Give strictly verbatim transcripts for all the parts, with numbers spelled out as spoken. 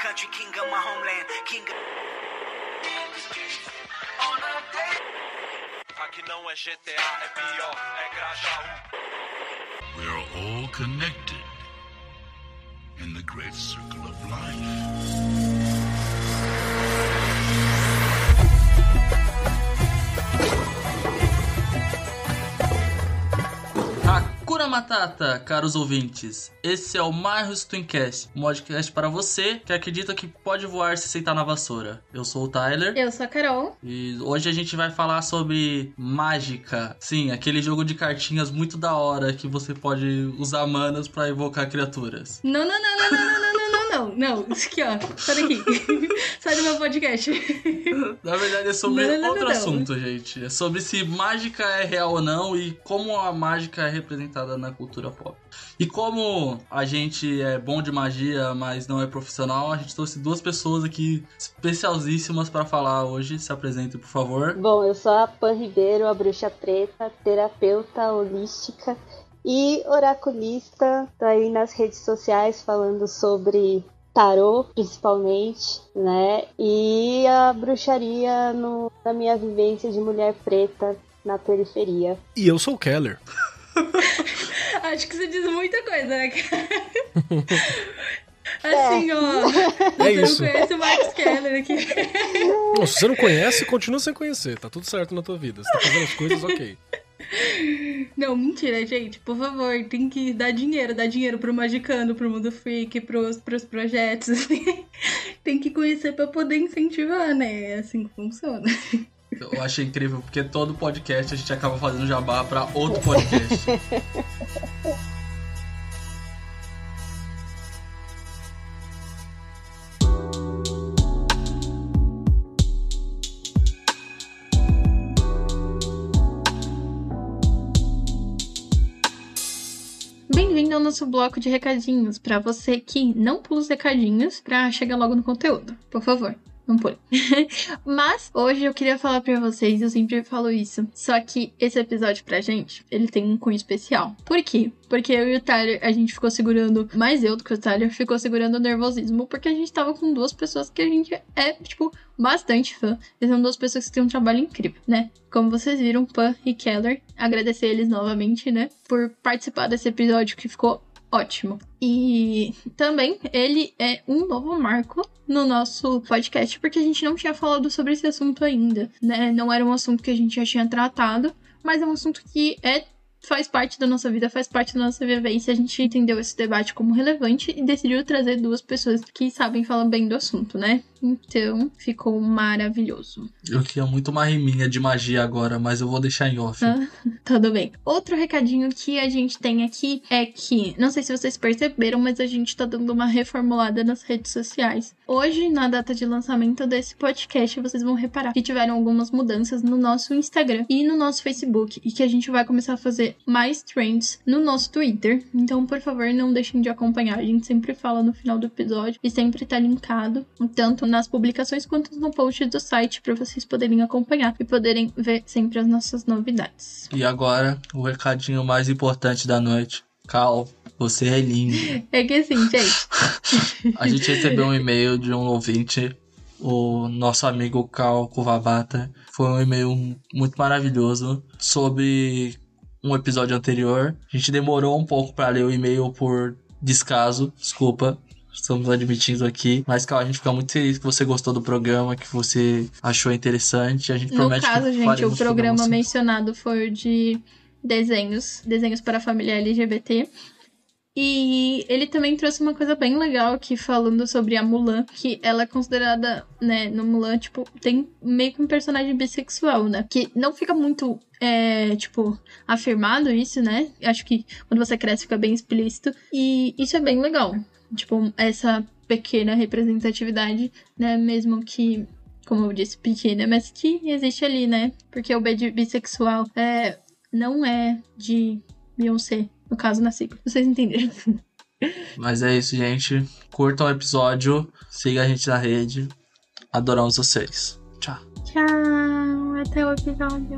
country, king of my homeland, king of... Aqui não é G T A, é pior, é Grajaú. We are all connected in the great circle of life. Hakuna Matata, caros ouvintes. Esse é o Marros Twincast, um podcast para você que acredita que pode voar se sentar na vassoura. Eu sou o Tyler. Eu sou a Carol. E hoje a gente vai falar sobre mágica. Sim, aquele jogo de cartinhas muito da hora que você pode usar manas para evocar criaturas. Não, não, não, não, não, não, não, não, não, não. Isso aqui, ó. Sai daqui. Sai do meu podcast. Na verdade é sobre não, não, outro não, não. assunto, gente. É sobre se mágica é real ou não e como a mágica é representada na cultura pop. E como a gente é bom de magia, mas não é profissional, a gente trouxe duas pessoas aqui especialíssimas para falar hoje. Se apresentem, por favor. Bom, eu sou a Pan Ribeiro, a bruxa preta, terapeuta holística e oraculista. Tô aí nas redes sociais falando sobre tarô, principalmente, né? E a bruxaria no, na minha vivência de mulher preta na periferia. E eu sou o Keller. Acho que você diz muita coisa, né, cara? Assim, É. ó. É Você isso. não conhece o Max Keller aqui. Não, se você não conhece, continua sem conhecer. Tá tudo certo na tua vida. Você tá fazendo as coisas, ok. Não, mentira, gente. Por favor, tem que dar dinheiro. Dar dinheiro pro Magicando, pro Mundo Freak, pros, pros projetos. Assim. Tem que conhecer pra poder incentivar, né? É assim que funciona. Eu achei incrível, porque todo podcast a gente acaba fazendo jabá pra outro podcast. Bem-vindo ao nosso bloco de recadinhos. Pra você que não pula os recadinhos, pra chegar logo no conteúdo. Por favor, não pule. Mas hoje eu queria falar pra vocês, eu sempre falo isso, só que esse episódio pra gente, ele tem um cunho especial. Por quê? Porque eu e o Tyler, a gente ficou segurando, mais eu do que o Tyler, ficou segurando o nervosismo, porque a gente tava com duas pessoas que a gente é, tipo, bastante fã. Eles são duas pessoas que têm um trabalho incrível, né? Como vocês viram, Pan e Keller, agradecer eles novamente, né, por participar desse episódio que ficou ótimo. E também ele é um novo marco no nosso podcast, porque a gente não tinha falado sobre esse assunto ainda, né? Não era um assunto que a gente já tinha tratado, mas é um assunto que é faz parte da nossa vida, faz parte da nossa vivência. A gente entendeu esse debate como relevante e decidiu trazer duas pessoas que sabem falar bem do assunto, né? Então, ficou maravilhoso. Eu queria muito uma riminha de magia agora, mas eu vou deixar em off. Ah, tudo bem. Outro recadinho que a gente tem aqui é que, não sei se vocês perceberam, mas a gente tá dando uma reformulada nas redes sociais. Hoje, na data de lançamento desse podcast, vocês vão reparar que tiveram algumas mudanças no nosso Instagram e no nosso Facebook, e que a gente vai começar a fazer mais trends no nosso Twitter. Então, por favor, não deixem de acompanhar. A gente sempre fala no final do episódio e sempre tá linkado, tanto nas publicações quanto no post do site, para vocês poderem acompanhar e poderem ver sempre as nossas novidades. E agora, o recadinho mais importante da noite. Cal, você é lindo. É que assim, gente... A gente recebeu um e-mail de um ouvinte, o nosso amigo Cal Kuvabata. Foi um e-mail muito maravilhoso sobre um episódio anterior. A gente demorou um pouco para ler o e-mail por descaso, desculpa. Estamos admitindo aqui. Mas, Cal, a gente fica muito feliz que você gostou do programa, que você achou interessante. A gente No promete caso, que gente, o faremos programa tudo mencionado foi o de desenhos, desenhos para a família L G B T. E ele também trouxe uma coisa bem legal aqui, falando sobre a Mulan, que ela é considerada, né, no Mulan, tipo, tem meio que um personagem bissexual, né? Que não fica muito, é, tipo, afirmado isso, né? Acho que quando você cresce fica bem explícito. E isso é bem legal. Tipo, essa pequena representatividade, né? Mesmo que, como eu disse, pequena, mas que existe ali, né? Porque o bi- bissexual é, não é de Beyoncé, no caso, na sigla. Vocês entenderam? Mas é isso, gente. Curtam o episódio, siga a gente na rede. Adoramos vocês. Tchau. Tchau, até o episódio.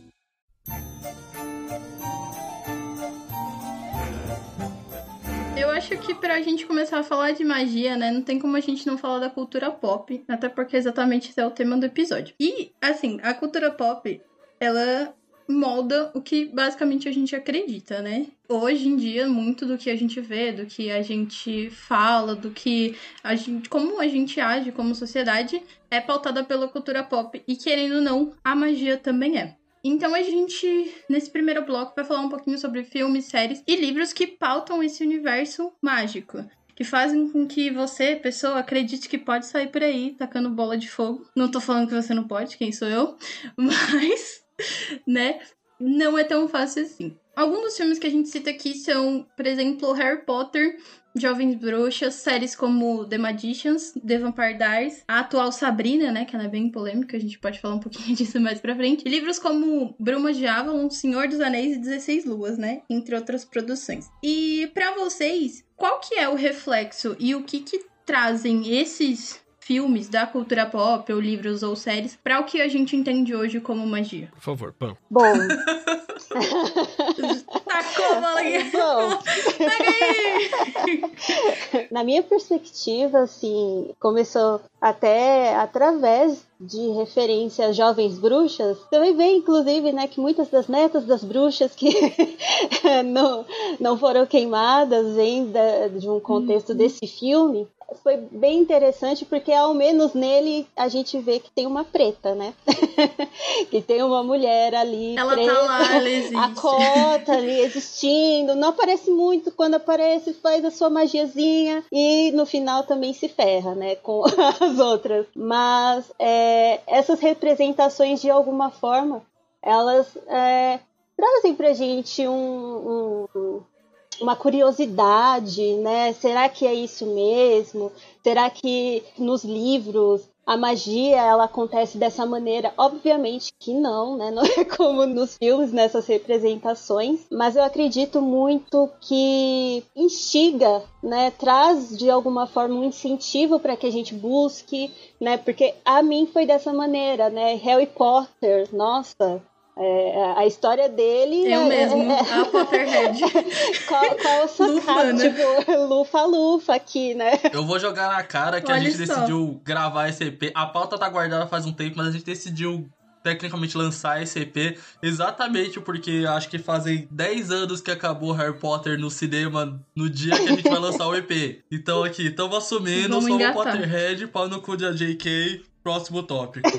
Eu acho que pra gente começar a falar de magia, né, não tem como a gente não falar da cultura pop, até porque exatamente esse é o tema do episódio. E, assim, a cultura pop, ela molda o que basicamente a gente acredita, né? Hoje em dia, muito do que a gente vê, do que a gente fala, do que a gente, como a gente age como sociedade, é pautada pela cultura pop. E, querendo ou não, a magia também é. Então a gente, nesse primeiro bloco, vai falar um pouquinho sobre filmes, séries e livros que pautam esse universo mágico. Que fazem com que você, pessoa, acredite que pode sair por aí tacando bola de fogo. Não tô falando que você não pode, quem sou eu? Mas, né, não é tão fácil assim. Alguns dos filmes que a gente cita aqui são, por exemplo, Harry Potter, Jovens Bruxas, séries como The Magicians, The Vampire Diaries, a atual Sabrina, né, que ela é bem polêmica, a gente pode falar um pouquinho disso mais pra frente, e livros como Brumas de Avalon, Senhor dos Anéis e dezesseis Luas, né, entre outras produções. E pra vocês, qual que é o reflexo e o que que trazem esses filmes da cultura pop, ou livros, ou séries, pra o que a gente entende hoje como magia? Por favor, Pam. Bom, Tacou a bola aqui. bom, Pega aí! na minha perspectiva, assim, começou até através de referência a Jovens Bruxas. Também vê, inclusive, né, que muitas das netas das bruxas que não, não foram queimadas vêm da, de um contexto desse filme. Foi bem interessante porque, ao menos nele, a gente vê que tem uma preta, né? Que tem uma mulher ali Ela preta, tá lá, ela existe. a cota ali existindo. Não aparece muito, quando aparece faz a sua magiazinha e no final também se ferra, né? Com as outras. Mas é, essas representações, de alguma forma, elas é, trazem pra gente um... um uma curiosidade, né? Será que é isso mesmo? Será que nos livros a magia ela acontece dessa maneira? Obviamente que não, né? Não é como nos filmes, nessas representações. Mas eu acredito muito que instiga, né? Traz de alguma forma um incentivo para que a gente busque, né? Porque a mim foi dessa maneira, né? Harry Potter, nossa... É, a história dele... Eu é, mesmo, é, a Potterhead. Qual, qual o sacado, Lufa, né? tipo, lufa-lufa aqui, né? Eu vou jogar na cara que Olha a gente só. decidiu gravar esse E P. A pauta tá guardada faz um tempo, mas a gente decidiu tecnicamente lançar esse E P exatamente porque acho que fazem dez anos que acabou Harry Potter no cinema no dia que a gente vai lançar o E P. Então aqui, estamos assumindo, Vamos somos engatar. Potterhead, pau no cu da J K, próximo tópico.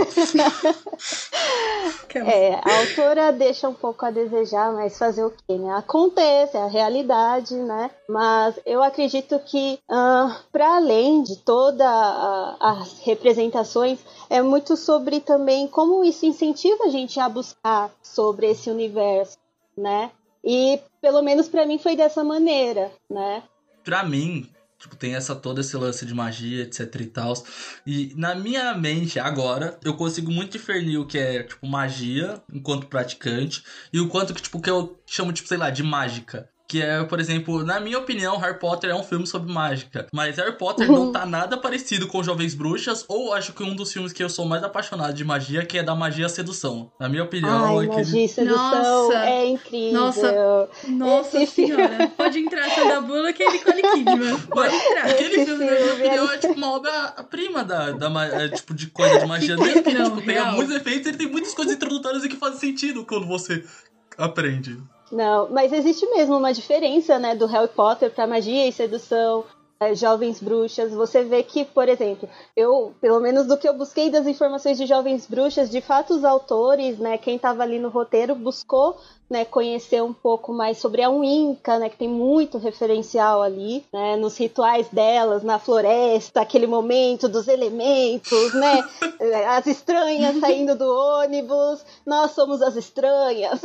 É, a autora deixa um pouco a desejar, mas fazer o quê, né? Acontece, é a realidade, né? Mas eu acredito que, uh, para além de todas as representações, é muito sobre também como isso incentiva a gente a buscar sobre esse universo, né? E, pelo menos pra mim, foi dessa maneira, né? Pra mim, tipo, tem essa, todo esse lance de magia, etc e tal. E na minha mente, agora, eu consigo muito discernir o que é, tipo, magia, enquanto praticante, e o quanto que, tipo, que eu chamo, tipo, sei lá, de mágica. Que é, por exemplo, na minha opinião, Harry Potter é um filme sobre mágica. Mas Harry Potter não tá nada parecido com Jovens Bruxas, ou acho que um dos filmes que eu sou mais apaixonado de magia, que é da magia e sedução. Na minha opinião, Ai, é que... magia e sedução Nossa. é incrível. Nossa. Nossa Esse senhora. Pode entrar, Sandra Bullock e Nicole Kidman. Pode entrar. Aquele Esse filme, na minha filme opinião, é- é tipo uma obra-prima da, da, ma- é, tipo, de coisa de magia dele, que ele Não, tipo, tem real. muitos efeitos, ele tem muitas coisas introdutórias e que fazem sentido quando você aprende. Não, mas existe mesmo uma diferença, né, do Harry Potter para magia e sedução, é, Jovens Bruxas. Você vê que, por exemplo, eu, pelo menos do que eu busquei das informações de Jovens Bruxas, de fato os autores, né, quem estava ali no roteiro buscou, né, conhecer um pouco mais sobre a Wicca, né, que tem muito referencial ali, né, nos rituais delas, na floresta, aquele momento dos elementos, né, as estranhas saindo do ônibus, nós somos as estranhas.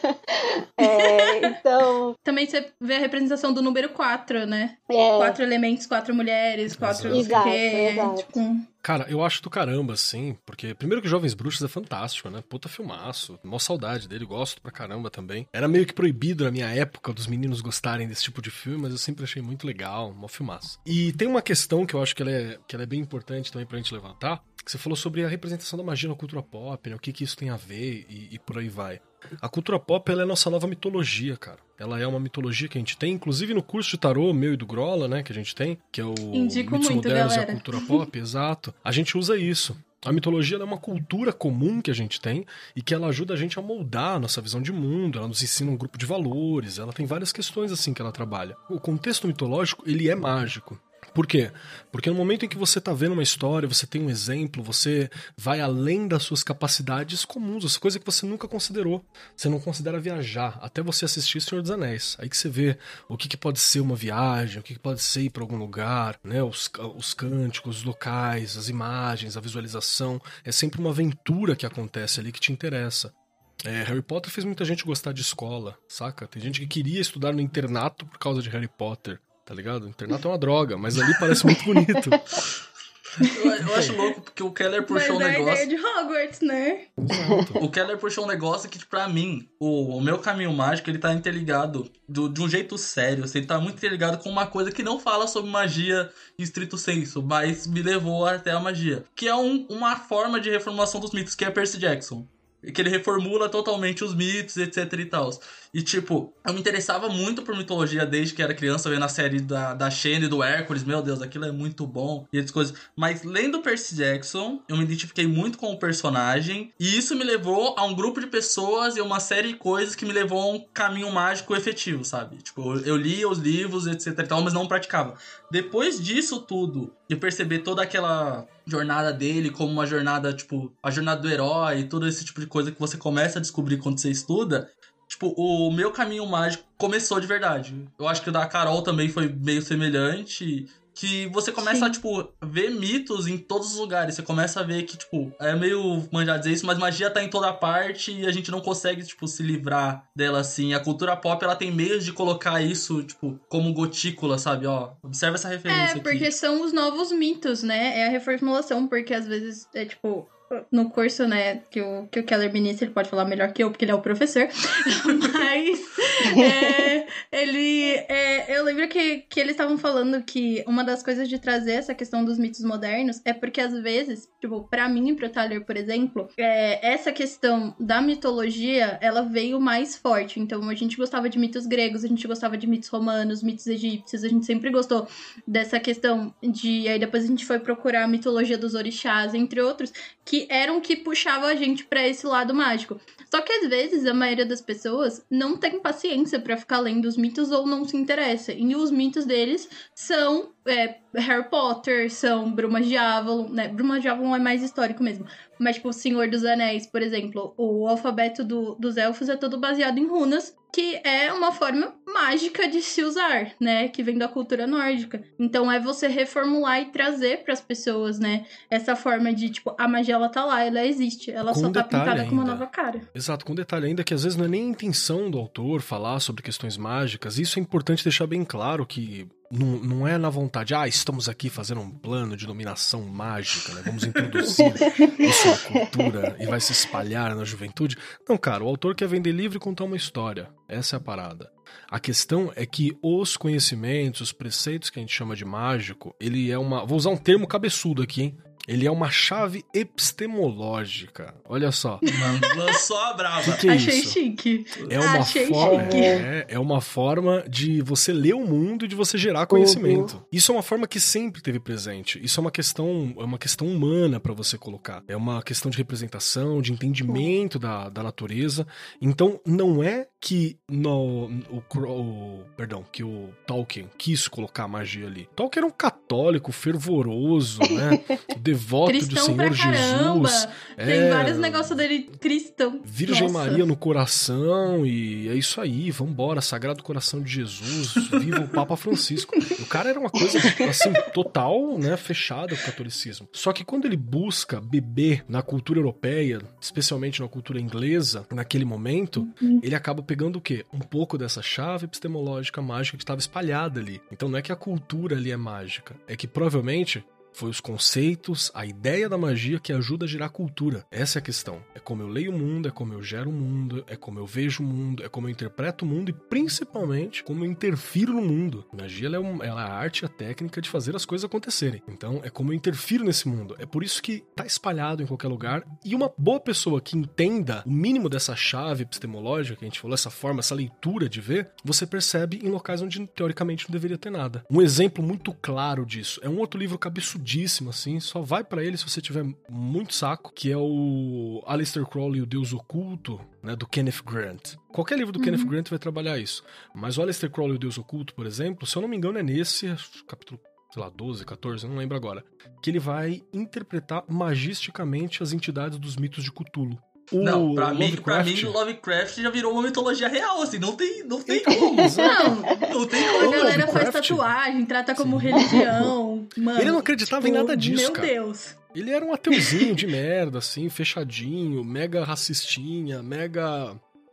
É, então, Também você vê a representação do número quatro, né? é, Quatro elementos, quatro mulheres, quatro... não sei o Exato, quê. exato. Tipo, Cara, eu acho do caramba, assim, porque primeiro que Jovens Bruxas é fantástico, né? Puta filmaço. Mó saudade dele, gosto pra caramba também. Era meio que proibido na minha época dos meninos gostarem desse tipo de filme, mas eu sempre achei muito legal, mó filmaço. E tem uma questão que eu acho que ela é, que ela é bem importante também pra gente levantar, que você falou sobre a representação da magia na cultura pop, né? O que que isso tem a ver e, e por aí vai. A cultura pop, ela é a nossa nova mitologia, cara. Ela é uma mitologia que a gente tem, inclusive no curso de tarô meu e do Grola, né, que a gente tem, que é o Indico Mitos muito, Modernos e a galera. Cultura Pop, exato. A gente usa isso. A mitologia ela é uma cultura comum que a gente tem e que ela ajuda a gente a moldar a nossa visão de mundo, ela nos ensina um grupo de valores, ela tem várias questões assim que ela trabalha. O contexto mitológico, ele é mágico. Por quê? Porque no momento em que você está vendo uma história, você tem um exemplo, você vai além das suas capacidades comuns, essa coisa que você nunca considerou. Você não considera viajar, até você assistir Senhor dos Anéis. Aí que você vê o que, que pode ser uma viagem, o que, que pode ser ir para algum lugar, né? Os, os cânticos, os locais, as imagens, a visualização. É sempre uma aventura que acontece ali que te interessa. É, Harry Potter fez muita gente gostar de escola, saca? Tem gente que queria estudar no internato por causa de Harry Potter. Tá ligado? O internato é uma droga, mas ali parece muito bonito. Eu, eu acho louco porque o Keller puxou um Mas é a negócio. ideia de Hogwarts, né? O Keller puxou um negócio que, pra mim, o, o meu caminho mágico, ele tá interligado do, de um jeito sério. Assim, ele tá muito interligado com uma coisa que não fala sobre magia em estrito senso, mas me levou até a magia. Que é um, uma forma de reformulação dos mitos, que é Percy Jackson. Que ele reformula totalmente os mitos, etc e tal. E, tipo, eu me interessava muito por mitologia desde que era criança, vendo a série da, da Xena e do Hércules. Meu Deus, aquilo é muito bom. E essas coisas. Mas, lendo Percy Jackson, eu me identifiquei muito com o personagem. E isso me levou a um grupo de pessoas e uma série de coisas que me levou a um caminho mágico efetivo, sabe? Tipo, eu, eu lia os livros, etc e tal, mas não praticava. Depois disso tudo, de perceber toda aquela jornada dele como uma jornada, tipo, a jornada do herói, todo esse tipo de coisa que você começa a descobrir quando você estuda, tipo, o meu caminho mágico começou de verdade. Eu acho que o da Carol também foi meio semelhante, que você começa Sim. a, tipo, ver mitos em todos os lugares. Você começa a ver que, tipo, é meio manjado dizer isso, mas magia tá em toda parte e a gente não consegue, tipo, se livrar dela, assim. A cultura pop, ela tem meios de colocar isso, tipo, como gotícula, sabe? Ó, observa essa referência É, aqui. porque são os novos mitos, né? É a reformulação, porque às vezes é tipo. No curso, né, que o, que o Keller ministra, ele pode falar melhor que eu, porque ele é o professor. Mas é, ele. É, eu lembro que, que eles estavam falando que uma das coisas de trazer essa questão dos mitos modernos é porque, às vezes, tipo, pra mim e pro Tyler, por exemplo, é, essa questão da mitologia, ela veio mais forte. Então, a gente gostava de mitos gregos, a gente gostava de mitos romanos, mitos egípcios, a gente sempre gostou dessa questão de. Aí depois a gente foi procurar a mitologia dos orixás, entre outros, que eram que puxavam a gente pra esse lado mágico. Só que às vezes a maioria das pessoas não tem paciência pra ficar lendo os mitos ou não se interessa. E os mitos deles são é, Harry Potter, são Brumas de Avalon, né? Brumas de Avalon é mais histórico mesmo. Mas, tipo, o Senhor dos Anéis, por exemplo, o alfabeto do, dos elfos é todo baseado em runas, que é uma forma mágica de se usar, né? Que vem da cultura nórdica. Então, é você reformular e trazer pras pessoas, né? Essa forma de, tipo, a magia, ela tá lá, ela existe. Ela Com só tá detalhe pintada com uma ainda. nova cara. Exato, com detalhe ainda que às vezes não é nem a intenção do autor falar sobre questões mágicas. Isso é importante deixar bem claro que não, não é na vontade, ah, estamos aqui fazendo um plano de dominação mágica, né? Vamos introduzir isso na cultura e vai se espalhar na juventude. Não, cara, o autor quer vender livro e contar uma história. Essa é a parada. A questão é que os conhecimentos, os preceitos que a gente chama de mágico, ele é uma... Vou usar um termo cabeçudo aqui, hein? Ele é uma chave epistemológica. Olha só. Mano, lançou a brava. Que que é Achei isso? chique. É uma, Achei forma, chique. é, é uma forma de você ler o mundo e de você gerar conhecimento. Isso é uma forma que sempre teve presente. Isso é uma questão, é uma questão humana pra você colocar. É uma questão de representação, de entendimento da, da natureza. Então, não é que no, o, o, perdão, que o Tolkien quis colocar magia ali. Tolkien era um católico fervoroso, né? Devoto Cristão do Senhor pra caramba. Jesus. Tem É, vários negócios dele cristão. Virgem Nossa. Maria no coração, e é isso aí, vambora, Sagrado Coração de Jesus, viva o Papa Francisco. O cara era uma coisa, assim, total, né, fechada com o catolicismo. Só que quando ele busca beber na cultura europeia, especialmente na cultura inglesa, naquele momento, Uhum. ele acaba pegando o quê? Um pouco dessa chave epistemológica mágica que estava espalhada ali. Então não é que a cultura ali é mágica, é que provavelmente Foi os conceitos, a ideia da magia que ajuda a gerar cultura. Essa é a questão. É como eu leio o mundo, é como eu gero o mundo, é como eu vejo o mundo, é como eu interpreto o mundo e principalmente como eu interfiro no mundo. A magia ela é, um, ela é a arte e a técnica de fazer as coisas acontecerem. Então é como eu interfiro nesse mundo. É por isso que tá espalhado em qualquer lugar e uma boa pessoa que entenda o mínimo dessa chave epistemológica que a gente falou, essa forma, essa leitura de ver, você percebe em locais onde teoricamente não deveria ter nada. Um exemplo muito claro disso é um outro livro cabeçudíssimo, assim, só vai pra ele se você tiver muito saco, que é o Aleister Crowley e o Deus Oculto, né, do Kenneth Grant. Qualquer livro do uhum. Kenneth Grant vai trabalhar isso. Mas o Aleister Crowley e o Deus Oculto, por exemplo, se eu não me engano é nesse capítulo, sei lá, doze, catorze, eu não lembro agora, que ele vai interpretar magisticamente as entidades dos mitos de Cthulhu. O não, pra mim, pra mim, Lovecraft já virou uma mitologia real, assim, não tem, não tem como. Não, não tem como. A galera faz tatuagem, trata como Sim. religião. Mano, ele não acreditava tipo, em nada disso, meu cara. Meu Deus. Ele era um ateuzinho de merda, assim, fechadinho, mega racistinha, mega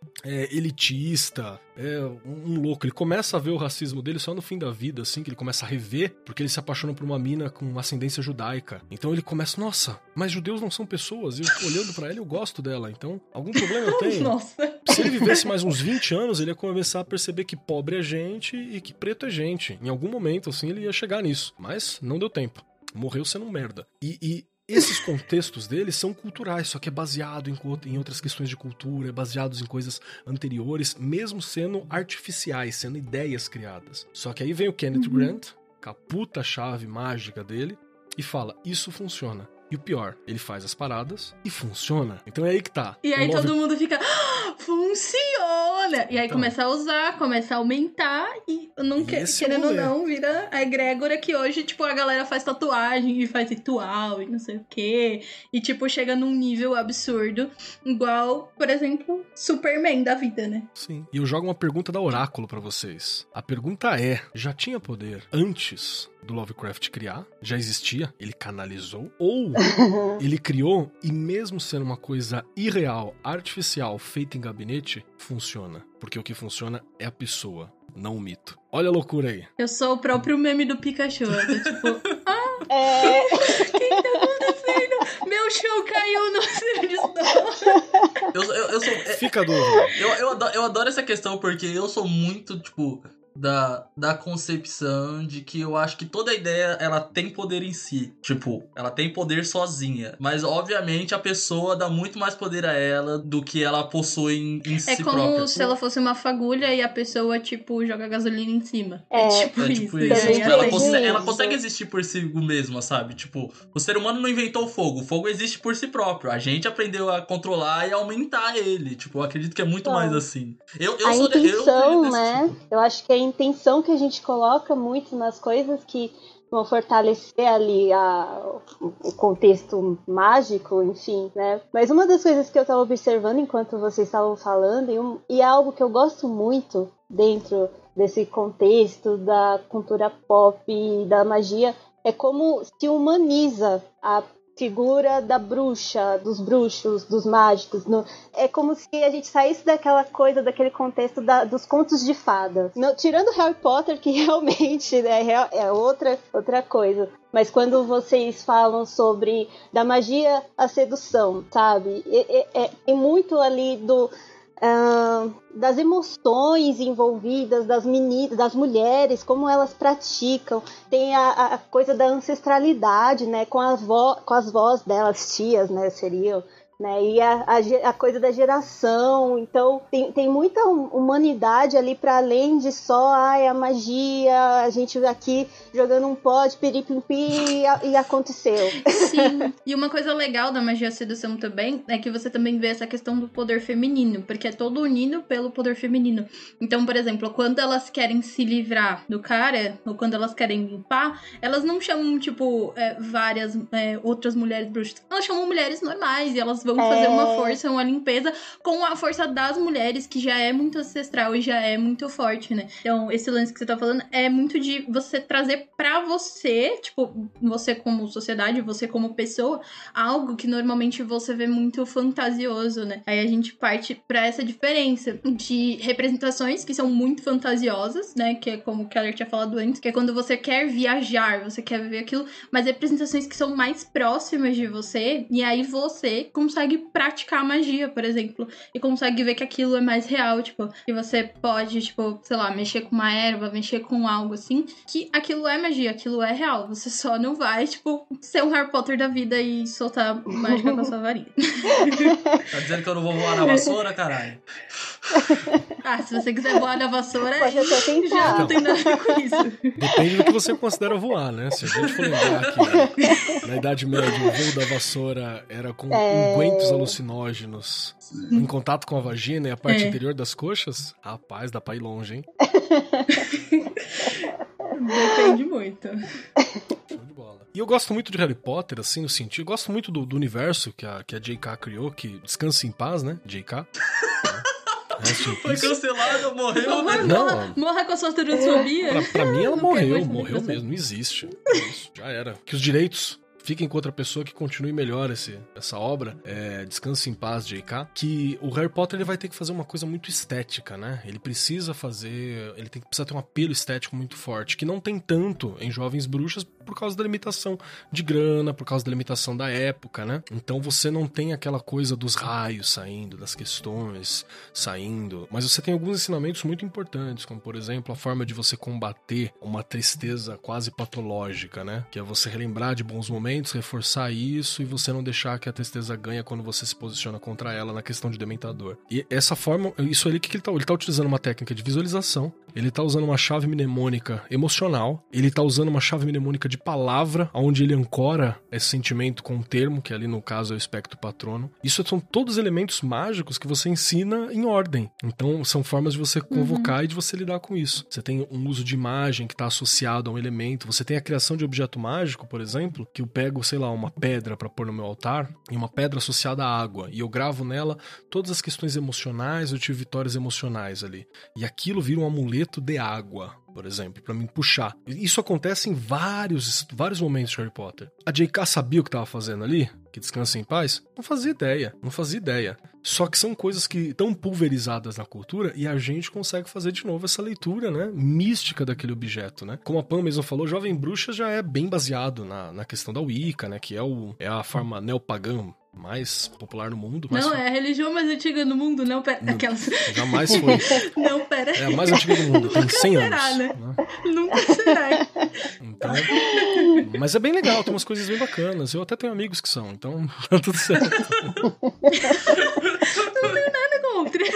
é, elitista, é um, um louco. Ele começa a ver o racismo dele só no fim da vida, assim, que ele começa a rever, porque ele se apaixona por uma mina com ascendência judaica. Então ele começa, nossa, mas judeus não são pessoas, e eu olhando pra ela eu gosto dela, então algum problema eu tenho. Nossa. Se ele vivesse mais uns vinte anos, ele ia começar a perceber que pobre é gente e que preto é gente. Em algum momento, assim, ele ia chegar nisso, mas não deu tempo. Morreu sendo um merda. E... e esses contextos deles são culturais, só que é baseado em, em outras questões de cultura, é baseado em coisas anteriores, mesmo sendo artificiais, sendo ideias criadas. Só que aí vem o Kenneth uhum. Grant, com a puta chave mágica dele, e fala, isso funciona. E o pior, ele faz as paradas e funciona. Então é aí que tá. E aí o todo Love... mundo fica, ah, funciona! E aí então, começa a usar, começa a aumentar e não que, querendo ou não, vira a egrégora que hoje, tipo, a galera faz tatuagem e faz ritual e não sei o quê. E, tipo, chega num nível absurdo. Igual, por exemplo, Superman da vida, né? Sim. E eu jogo uma pergunta da Oráculo pra vocês. A pergunta é, já tinha poder antes do Lovecraft criar? Já existia? Ele canalizou? Ou ele criou e mesmo sendo uma coisa irreal, artificial, feita em gabinete, funciona? Porque o que funciona é a pessoa, não o mito. Olha a loucura aí. Eu sou o próprio meme do Pikachu. Eu tô tipo, ah, é... o que tá acontecendo? Meu show caiu no servidor. Eu, eu, eu sou... Fica a dúvida. Eu, eu, adoro, eu adoro essa questão porque eu sou muito, tipo... Da, da concepção de que eu acho que toda ideia, ela tem poder em si. Tipo, ela tem poder sozinha. Mas, obviamente, a pessoa dá muito mais poder a ela do que ela possui em, em é si como própria. se ela fosse uma fagulha e a pessoa, tipo, joga gasolina em cima. É, é tipo é isso. tipo isso. Aí Tipo, ela ela, consegue, isso. ela consegue existir por si mesma, sabe? Tipo, o ser humano não inventou o fogo. O fogo existe por si próprio. A gente aprendeu a controlar e aumentar ele. Tipo, eu acredito que é muito então, mais assim. Eu, eu a sou intenção, eu, eu né? tipo. Eu acho que a intenção que a gente coloca muito nas coisas que vão fortalecer ali a, o contexto mágico, enfim, né? Mas uma das coisas que eu estava observando enquanto vocês estavam falando, e, um, e é algo que eu gosto muito dentro desse contexto da cultura pop e da magia, é como se humaniza a figura da bruxa, dos bruxos, dos mágicos. No, é como se a gente saísse daquela coisa, daquele contexto da, dos contos de fadas. Não, tirando Harry Potter, que realmente né, é outra, outra coisa. Mas quando vocês falam sobre da magia à sedução, sabe? É, é, é muito ali do... Uh, das emoções envolvidas das meninas, das mulheres, como elas praticam, tem a, a coisa da ancestralidade, né, com, a vo, com as vós delas, tias, né, seriam, né, e a, a, a coisa da geração. Então tem, tem muita humanidade ali para além de só ai, a magia, a gente aqui jogando um pó de piripimpi e, e aconteceu. Sim, e uma coisa legal da magia sedução também é que você também vê essa questão do poder feminino, porque é todo unido pelo poder feminino. Então, por exemplo, quando elas querem se livrar do cara, ou quando elas querem limpar, elas não chamam, tipo, é, várias é, outras mulheres bruxas. Elas chamam mulheres normais e elas vão É. fazer uma força, uma limpeza com a força das mulheres, que já é muito ancestral e já é muito forte, né? Então, esse lance que você tá falando é muito de você trazer pra você, tipo, você como sociedade, você como pessoa, algo que normalmente você vê muito fantasioso, né? Aí a gente parte pra essa diferença de representações que são muito fantasiosas, né? Que é como o Keller tinha falado antes, que é quando você quer viajar, você quer viver aquilo, mas representações que são mais próximas de você, e aí você consegue praticar magia, por exemplo, e consegue ver que aquilo é mais real, tipo, que você pode, tipo, sei lá, mexer com uma erva, mexer com algo assim, que aquilo é magia, aquilo é real, você só não vai, tipo, ser um Harry Potter da vida e soltar mágica com a sua varinha. Tá dizendo que eu não vou voar na vassoura, caralho? Ah, se você quiser voar na vassoura, Pode até tentar. já não tem nada a ver com isso. Depende do que você considera voar, né? Se a gente for lembrar que na Idade Média o voo da vassoura era com É. ungüentos alucinógenos em contato com a vagina e a parte É. interior das coxas, rapaz, dá pra ir longe, hein? Depende muito. Show de bola. E eu gosto muito de Harry Potter, assim, no sentido... Eu gosto muito do, do universo que a, que a J K criou, que descanse em paz, né? J K. Rest in Foi peace. cancelado, morreu, né? Não, morra, morra com a sua transfobia. Pra, pra mim ela Não morreu, quero mais morreu saber mesmo, não existe. É isso, já era. Que os direitos fiquem com outra pessoa que continue melhor esse, essa obra. É, Descanse em paz, J K. Que o Harry Potter ele vai ter que fazer uma coisa muito estética, né? Ele precisa fazer... Ele tem, precisa ter um apelo estético muito forte, que não tem tanto em Jovens Bruxas por causa da limitação de grana, por causa da limitação da época, né? Então você não tem aquela coisa dos raios saindo, das questões saindo, mas você tem alguns ensinamentos muito importantes, como por exemplo a forma de você combater uma tristeza quase patológica, né? Que é você relembrar de bons momentos, reforçar isso e você não deixar que a tristeza ganhe quando você se posiciona contra ela na questão de Dementador. E essa forma, isso ali, o que que ele tá? Ele tá utilizando uma técnica de visualização, ele tá usando uma chave mnemônica emocional, ele tá usando uma chave mnemônica de palavra, onde ele ancora esse sentimento com um termo, que ali no caso é o espectro patrono. Isso são todos elementos mágicos que você ensina em ordem. Então são formas de você convocar uhum. e de você lidar com isso. Você tem um uso de imagem que está associado a um elemento, você tem a criação de objeto mágico, por exemplo, que eu pego, sei lá, uma pedra para pôr no meu altar, e uma pedra associada à água, e eu gravo nela todas as questões emocionais, eu tive vitórias emocionais ali. E aquilo vira um amuleto de água, por exemplo, pra me puxar. Isso acontece em vários, vários momentos de Harry Potter. A J K sabia o que tava fazendo ali? Que descansa em paz? Não fazia ideia, não fazia ideia. Só que são coisas que estão pulverizadas na cultura e a gente consegue fazer de novo essa leitura, né, mística daquele objeto, né? Como a Pam mesmo falou, Jovem Bruxa já é bem baseado na, na questão da Wicca, né, que é, o, é a forma neopagã mais popular no mundo. Não, foi... é a religião mais antiga do mundo, não, pera. Não, Aquelas... Jamais foi. Não, pera. É a mais antiga do mundo, tem cem será, anos. Né? Né? Nunca será. Então, mas é bem legal, tem umas coisas bem bacanas. Eu até tenho amigos que são, então tá tudo certo. Não tenho nada contra.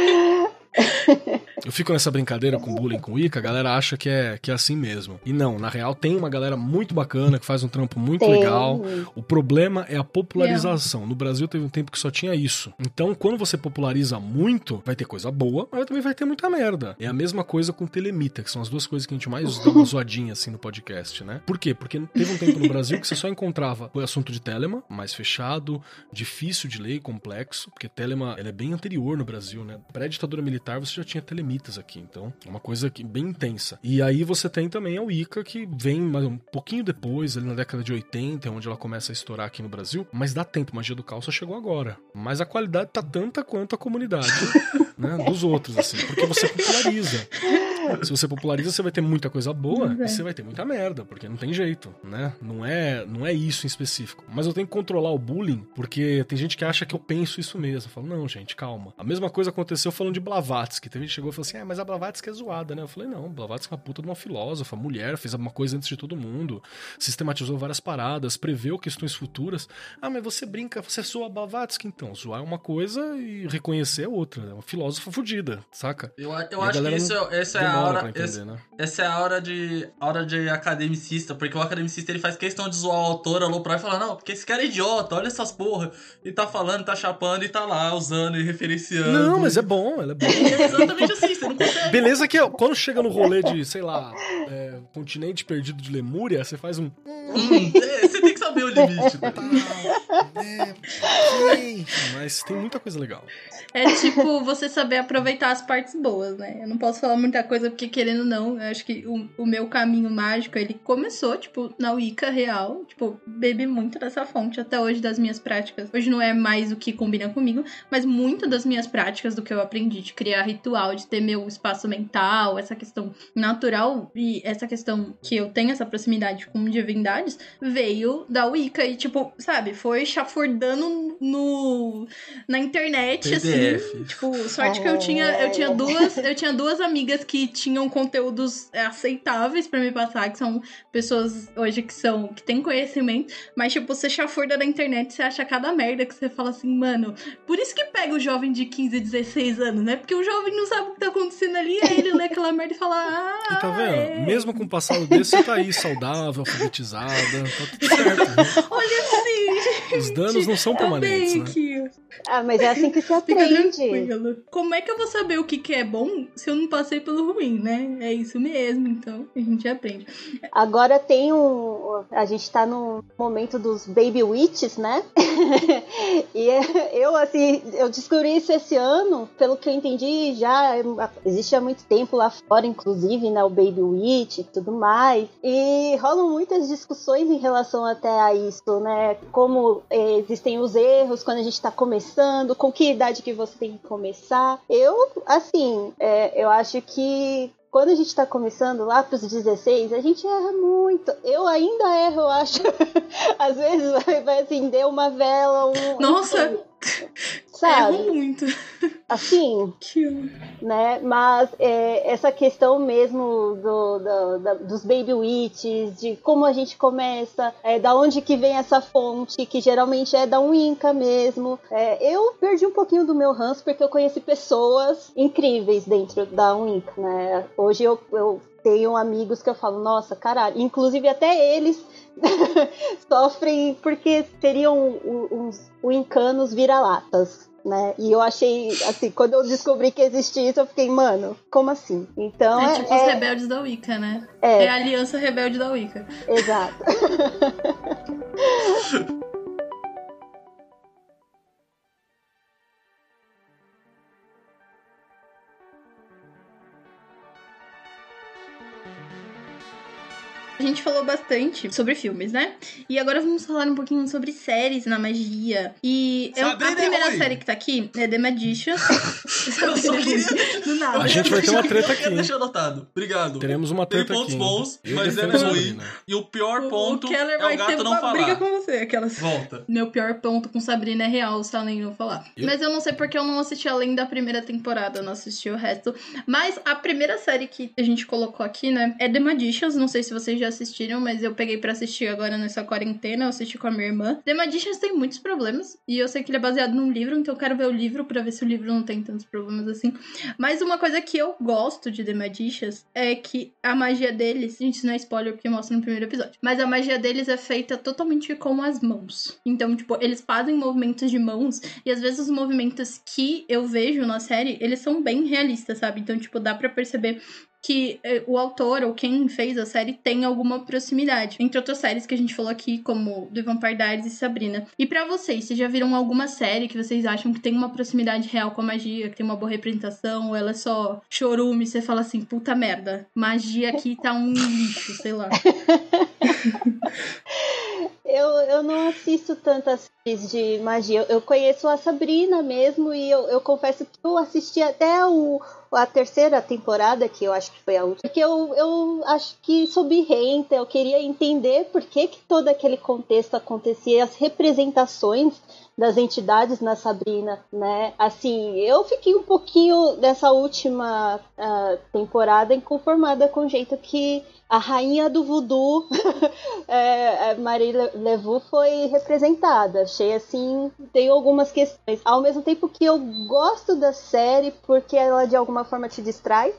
Eu fico nessa brincadeira com bullying com Wicca, a galera acha que é, que é assim mesmo. E não, na real tem uma galera muito bacana que faz um trampo muito tem. legal. O problema é a popularização. No Brasil teve um tempo que só tinha isso. Então, quando você populariza muito, vai ter coisa boa, mas também vai ter muita merda. É a mesma coisa com Telemita, que são as duas coisas que a gente mais dá uma zoadinha assim no podcast, né? Por quê? Porque teve um tempo no Brasil que você só encontrava o assunto de Telema, mais fechado, difícil de ler, complexo, porque Telema ela é bem anterior no Brasil, né? Pré-ditadura militar você já tinha telemitas aqui, então é uma coisa que, bem intensa. E aí você tem também a Wicca, que vem um pouquinho depois, ali na década de oitenta, onde ela começa a estourar aqui no Brasil, mas dá tempo, Magia do Caos só chegou agora. Mas a qualidade tá tanta quanto a comunidade, né, dos outros, assim, porque você populariza. Se você populariza, você vai ter muita coisa boa é. e você vai ter muita merda, porque não tem jeito, né? Não é, não é isso em específico. Mas eu tenho que controlar o bullying, porque tem gente que acha que eu penso isso mesmo. Eu falo, não, gente, calma. A mesma coisa aconteceu falando de Blavatsky. Tem gente que chegou e falou assim, ah, mas a Blavatsky é zoada, né? Eu falei, não, Blavatsky é uma puta de uma filósofa, mulher, fez alguma coisa antes de todo mundo, sistematizou várias paradas, preveu questões futuras. Ah, mas você brinca, você zoa Blavatsky, então. Zoar é uma coisa e reconhecer é outra. É uma filósofa fodida, saca? Eu, eu a acho que galera isso, não essa é a demora hora, pra entender, esse- né? essa é a hora de, a hora de academicista, porque o academicista ele faz questão de zoar o autor, aloprar e falar, não, porque esse cara é idiota, olha essas porra. E tá falando, tá chapando e tá lá usando e referenciando. Não, mas é bom, ela é boa. É exatamente assim, você não consegue. Beleza que quando chega no rolê de, sei lá, é, continente perdido de Lemúria, você faz um... Hum, é, você tem que saber o limite. Né? É, ok. Mas tem muita coisa legal. É tipo você saber aproveitar as partes boas, né? Eu não posso falar muita coisa porque, querendo ou não, eu acho que o, o meu caminho mágico, ele começou, tipo, na Wicca real. Tipo, bebi muito dessa fonte até hoje das minhas práticas. Hoje não é mais o que combina comigo, mas muito das minhas práticas, do que eu aprendi, de criar ritual, de ter meu espaço mental, essa questão natural e essa questão que eu tenho essa proximidade com divindades, veio da Wicca e, tipo, sabe, foi chafurdando no, na internet, P D F. assim. Tipo, sorte que eu tinha, eu tinha duas, eu tinha duas amigas que tinham conteúdos aceitáveis pra me passar, que são pessoas hoje que são, que têm conhecimento, mas, tipo, você chafurda na internet, você acha cada merda que você fala assim, mano, por isso que pega o jovem de quinze, dezesseis anos, né? Porque o jovem não sabe o que tá acontecendo ali, aí ele lê aquela merda e fala, ah, E tá vendo? é. Mesmo com um passado desse, você tá aí saudável, alfabetizada, tá tudo certo. Né? Olha assim, Os danos não são tá permanentes, bem né? aqui. Ah, mas é assim que se Fica aprende. tranquilo. Como é que eu vou saber o que, que é bom se eu não passei pelo ruim, né? É isso mesmo, então a gente aprende. Agora tem um... A gente tá no momento dos Baby Witches, né? E eu, assim, eu descobri isso esse ano, pelo que eu entendi, já existe há muito tempo lá fora, inclusive, né? O Baby Witch e tudo mais. E rolam muitas discussões em relação até a isso, né? Como eh, existem os erros quando a gente tá começando, com que idade que você tem que começar. Eu, assim, é, eu acho que quando a gente tá começando lá pros dezesseis, a gente erra muito. Eu ainda erro, eu acho. Às vezes vai, vai acender uma vela, um... Nossa! Sabe? Erro muito. Assim, Que horror. né? Mas é, essa questão mesmo do, do, da, dos Baby Witches, de como a gente começa, é, da onde que vem essa fonte, que geralmente é da Wicca mesmo. É, eu perdi um pouquinho do meu ranço porque eu conheci pessoas incríveis dentro da Wicca, né? Hoje eu, eu tenho amigos que eu falo, nossa, caralho, inclusive até eles sofrem porque seriam uns wiccanos vira-latas, né? E eu achei, assim, quando eu descobri que existia isso, eu fiquei, mano, como assim? Então É é... tipo é, os rebeldes da Wicca, né? É. É a aliança rebelde da Wicca. Exato. A gente falou bastante sobre filmes, né? E agora vamos falar um pouquinho sobre séries na magia. E eu, a Sabrina é primeira ruim. série que tá aqui é The Magicians. Eu só queria... Do nada. A gente vai ter uma treta Eu quero aqui. deixar anotado. Obrigado. Teremos uma Tem treta pontos aqui. bons, Eu mas defendo ela é ruim. Sabrina. E o pior O- ponto o Keller é vai o ter gato não uma falar. briga com você, aquelas... Volta. Meu pior ponto com Sabrina é real, se além não falar. Eu- Mas eu não sei porque eu não assisti além da primeira temporada, eu não assisti o resto. Mas a primeira série que a gente colocou aqui, né, é The Magicians. Não sei se vocês já assistiram, mas eu peguei pra assistir agora nessa quarentena. Eu assisti com a minha irmã. The Magicians tem muitos problemas. E eu sei que ele é baseado num livro, então eu quero ver o livro pra ver se o livro não tem tantos problemas assim. Mas uma coisa que eu gosto de The Magicians é que a magia deles... Gente, isso não é spoiler porque mostra no primeiro episódio. Mas a magia deles é feita totalmente com as mãos. Então, tipo, eles fazem movimentos de mãos e às vezes os movimentos que eu vejo na série, eles são bem realistas, sabe? Então, tipo, dá pra perceber que eh, o autor ou quem fez a série tem alguma proximidade. Entre outras séries que a gente falou aqui, como The Vampire Diaries e Sabrina. E pra vocês, vocês já viram alguma série que vocês acham que tem uma proximidade real com a magia, que tem uma boa representação, ou ela é só chorume, você fala assim, puta merda, magia aqui tá um lixo, sei lá. Eu, eu não assisto tantas séries de magia. Eu conheço a Sabrina mesmo e eu, eu confesso que eu assisti até o, a terceira temporada, que eu acho que foi a última. Porque eu, eu acho que sou birrenta, eu queria entender por que, que todo aquele contexto acontecia, as representações das entidades na Sabrina, né? Assim, eu fiquei um pouquinho dessa última uh, temporada inconformada com o jeito que a rainha do voodoo, é, Marie Laveau, foi representada. Achei assim, tem algumas questões. Ao mesmo tempo que eu gosto da série, porque ela de alguma alguma forma te distrai.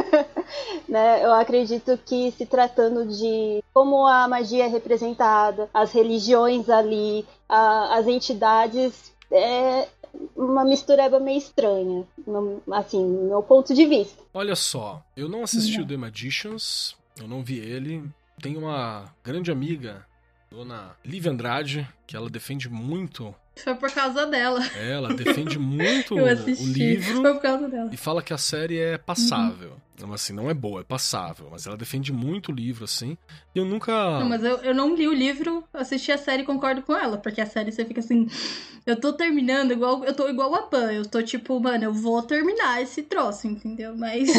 Né? Eu acredito que se tratando de como a magia é representada, as religiões ali, a, as entidades, é uma mistureba meio estranha, no, assim, no meu ponto de vista. Olha só, eu não assisti o The Magicians, eu não vi ele. Tenho uma grande amiga, dona Lívia Andrade, que ela defende muito. Foi por causa dela. Ela defende muito Eu assisti, o livro foi por causa dela. e fala que a série é passável. Então, assim, não é boa, é passável. Mas ela defende muito o livro, assim. E eu nunca... Não, mas eu, eu não li o livro, assisti a série e concordo com ela. Porque a série você fica assim... Eu tô terminando igual... Eu tô igual a Pan. Eu tô tipo, mano, eu vou terminar esse troço, entendeu? Mas...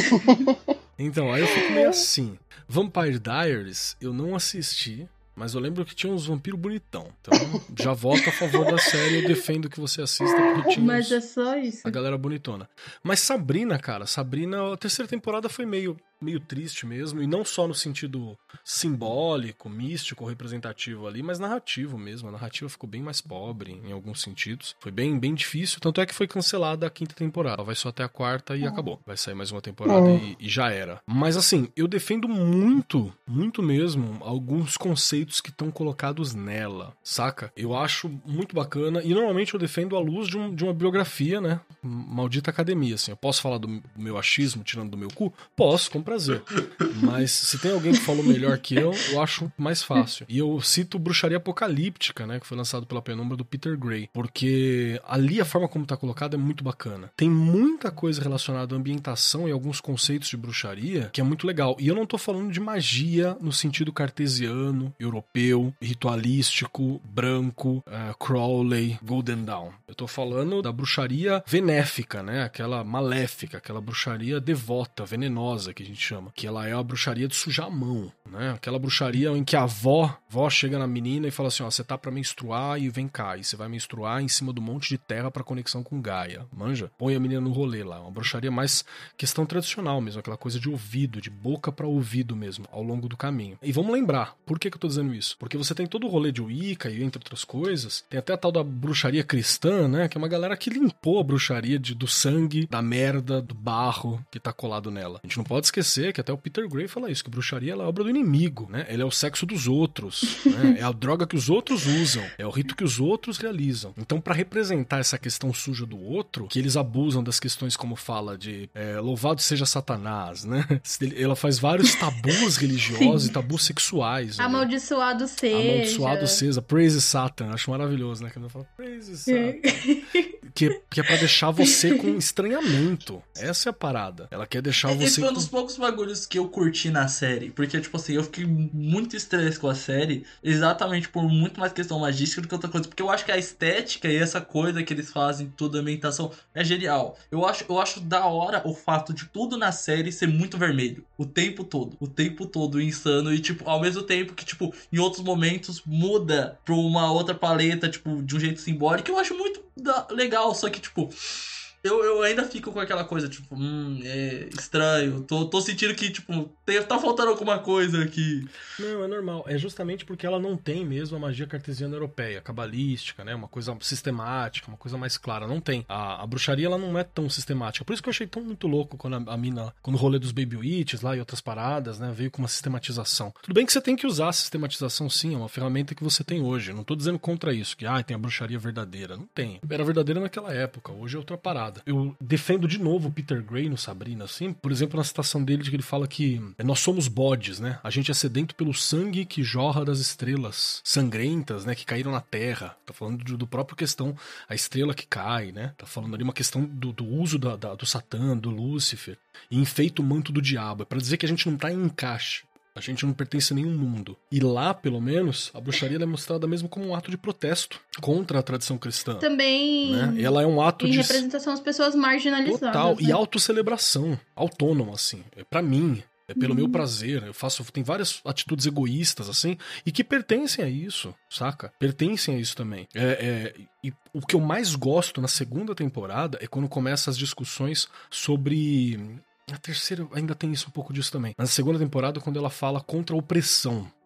Então, aí eu fico meio assim. Vampire Diaries, eu não assisti... Mas eu lembro que tinha uns vampiros bonitão. Então, já voto a favor da série. Eu defendo que você assista, porque tinha Mas uns, é só isso. a galera bonitona. Mas Sabrina, cara, Sabrina, a terceira temporada foi meio, meio triste mesmo. E não só no sentido simbólico, místico, representativo ali, mas narrativo mesmo. A narrativa ficou bem mais pobre, em alguns sentidos. Foi bem, bem difícil. Tanto é que foi cancelada a quinta temporada. Ela vai só até a quarta e acabou. Vai sair mais uma temporada e, e já era. Mas assim, eu defendo muito, muito mesmo, alguns conceitos que estão colocados nela, saca? Eu acho muito bacana e normalmente eu defendo à luz de, um, de uma biografia, né? Maldita academia, assim. Eu posso falar do meu achismo tirando do meu cu? Posso, com prazer. Mas se tem alguém que falou melhor que eu, eu acho mais fácil. E eu cito Bruxaria Apocalíptica, né? Que foi lançado pela Penumbra do Peter Gray. Porque ali a forma como tá colocada é muito bacana. Tem muita coisa relacionada à ambientação e alguns conceitos de bruxaria que é muito legal. E eu não tô falando de magia no sentido cartesiano, europeu, ritualístico, branco, uh, Crowley, Golden Dawn. Eu tô falando da bruxaria benéfica, né? Aquela maléfica, aquela bruxaria devota, venenosa que a gente chama. Que ela é a bruxaria de sujar a mão, né? Aquela bruxaria em que a avó, a avó chega na menina e fala assim, ó, você tá pra menstruar e vem cá. E você vai menstruar em cima do monte de terra pra conexão com Gaia. Manja? Põe a menina no rolê lá. Uma bruxaria mais questão tradicional mesmo, aquela coisa de ouvido, de boca pra ouvido mesmo, ao longo do caminho. E vamos lembrar, por que que eu tô dizendo isso? Porque você tem todo o rolê de Wicca e entre outras coisas, tem até a tal da bruxaria cristã, né? Que é uma galera que limpou a bruxaria de, do sangue, da merda, do barro que tá colado nela. A gente não pode esquecer que até o Peter Gray fala isso, que bruxaria ela é obra do inimigo, né? Ele é o sexo dos outros, né? É a droga que os outros usam, é o rito que os outros realizam. Então, pra representar essa questão suja do outro, que eles abusam das questões como fala de é, louvado seja Satanás, né? Ela faz vários tabus religiosos e tabus sexuais. Né? Amaldiçoado seja. Amaldiçoado seja. Praise Satan. Acho maravilhoso, né? Quando ela fala Praise Satan. que, que é pra deixar você com estranhamento. Essa é a parada. Ela quer deixar você... Esse foi um com... dos poucos bagulhos que eu curti na série. Porque, tipo assim, eu fiquei muito estresse com a série. Exatamente por muito mais questão magística do que outra coisa. Porque eu acho que a estética e essa coisa que eles fazem, toda a ambientação, é genial. Eu acho, eu acho da hora o fato de tudo na série ser muito vermelho. O tempo todo. O tempo todo insano. E, tipo, ao mesmo tempo que, tipo, em outros momentos muda pra uma outra paleta, tipo, de um jeito simbólico. Que eu acho muito da- legal. Só que, tipo... Eu, eu ainda fico com aquela coisa, tipo, hum, é estranho. Tô, tô sentindo que, tipo, tem, tá faltando alguma coisa aqui. Não, é normal. É justamente porque ela não tem mesmo a magia cartesiana europeia, cabalística, né? Uma coisa sistemática, uma coisa mais clara. Não tem. A, a bruxaria, ela não é tão sistemática. Por isso que eu achei tão muito louco quando a, a mina, quando o rolê dos Baby Witches lá e outras paradas, né? Veio com uma sistematização. Tudo bem que você tem que usar a sistematização, sim. É uma ferramenta que você tem hoje. Não tô dizendo contra isso, que, ah, tem a bruxaria verdadeira. Não tem. Era verdadeira naquela época. Hoje é outra parada. Eu defendo de novo o Peter Gray no Sabrina, assim. Por exemplo, na citação dele, de que ele fala que nós somos bodes, né? A gente é sedento pelo sangue que jorra das estrelas sangrentas, né? Que caíram na Terra. Tá falando do, do próprio questão, a estrela que cai, né? Tá falando ali uma questão do, do uso da, da, do Satã, do Lúcifer. E enfeita o manto do diabo. É pra dizer que a gente não tá em encaixe. A gente não pertence a nenhum mundo. E lá, pelo menos, a bruxaria é mostrada mesmo como um ato de protesto contra a tradição cristã. Também Né? Ela é um ato em de... representação às pessoas marginalizadas. Total. Né? E autocelebração. Autônoma, assim. É pra mim. É pelo Uhum. meu prazer. Eu faço... Tem várias atitudes egoístas, assim, e que pertencem a isso, saca? Pertencem a isso também. É, é... E o que eu mais gosto na segunda temporada é quando começam as discussões sobre... Na terceira ainda tem isso um pouco disso também. Na segunda temporada, quando ela fala contra a opressão.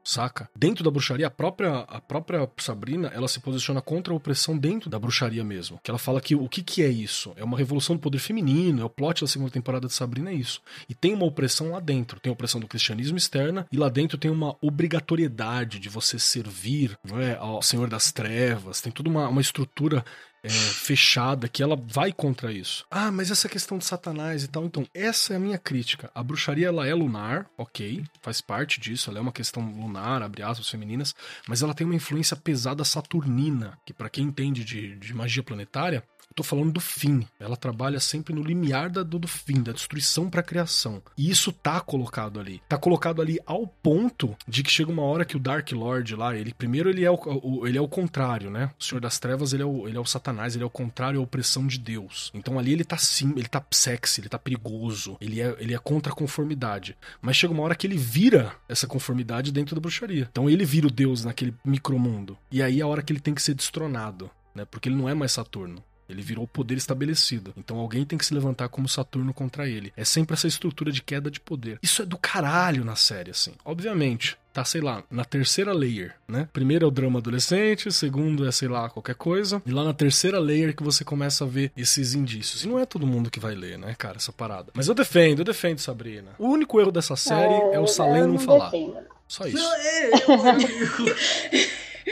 saca? Dentro da bruxaria, a própria, a própria Sabrina, ela se posiciona contra a opressão dentro da bruxaria mesmo. Que ela fala que o que, que é isso? É uma revolução do poder feminino, é o plot da segunda temporada de Sabrina, é isso. E tem uma opressão lá dentro, tem a opressão do cristianismo externa, e lá dentro tem uma obrigatoriedade de você servir, não é, ao Senhor das Trevas, tem toda uma, uma estrutura É, fechada, que ela vai contra isso. Ah, mas essa questão de Satanás e tal, então, essa é a minha crítica. A bruxaria, ela é lunar, ok, faz parte disso, ela é uma questão lunar, abre aspas, femininas, mas ela tem uma influência pesada saturnina, que pra quem entende de, de magia planetária, eu tô falando do fim. Ela trabalha sempre no limiar da, do, do fim, da destruição pra criação. E isso tá colocado ali. Tá colocado ali ao ponto de que chega uma hora que o Dark Lord lá, ele primeiro ele é o, o, ele é o contrário, né? O Senhor das Trevas, ele é o, ele é o Satanás, ele é o contrário à opressão de Deus. Então ali ele tá sim, ele tá sexy, ele tá perigoso, ele é, ele é contra a conformidade. Mas chega uma hora que ele vira essa conformidade dentro da bruxaria. Então ele vira o Deus naquele micromundo. E aí é a hora que ele tem que ser destronado, né? Porque ele não é mais Saturno. Ele virou o poder estabelecido. Então alguém tem que se levantar como Saturno contra ele. É sempre essa estrutura de queda de poder. Isso é do caralho na série, assim. Obviamente, tá, sei lá, na terceira layer, né? Primeiro é o drama adolescente, segundo é, sei lá, qualquer coisa. E lá na terceira layer que você começa a ver esses indícios. E não é todo mundo que vai ler, né, cara, essa parada. Mas eu defendo, eu defendo Sabrina. O único erro dessa série é, é o Salem não, não falar. Defendo. Só isso. Não, é, eu...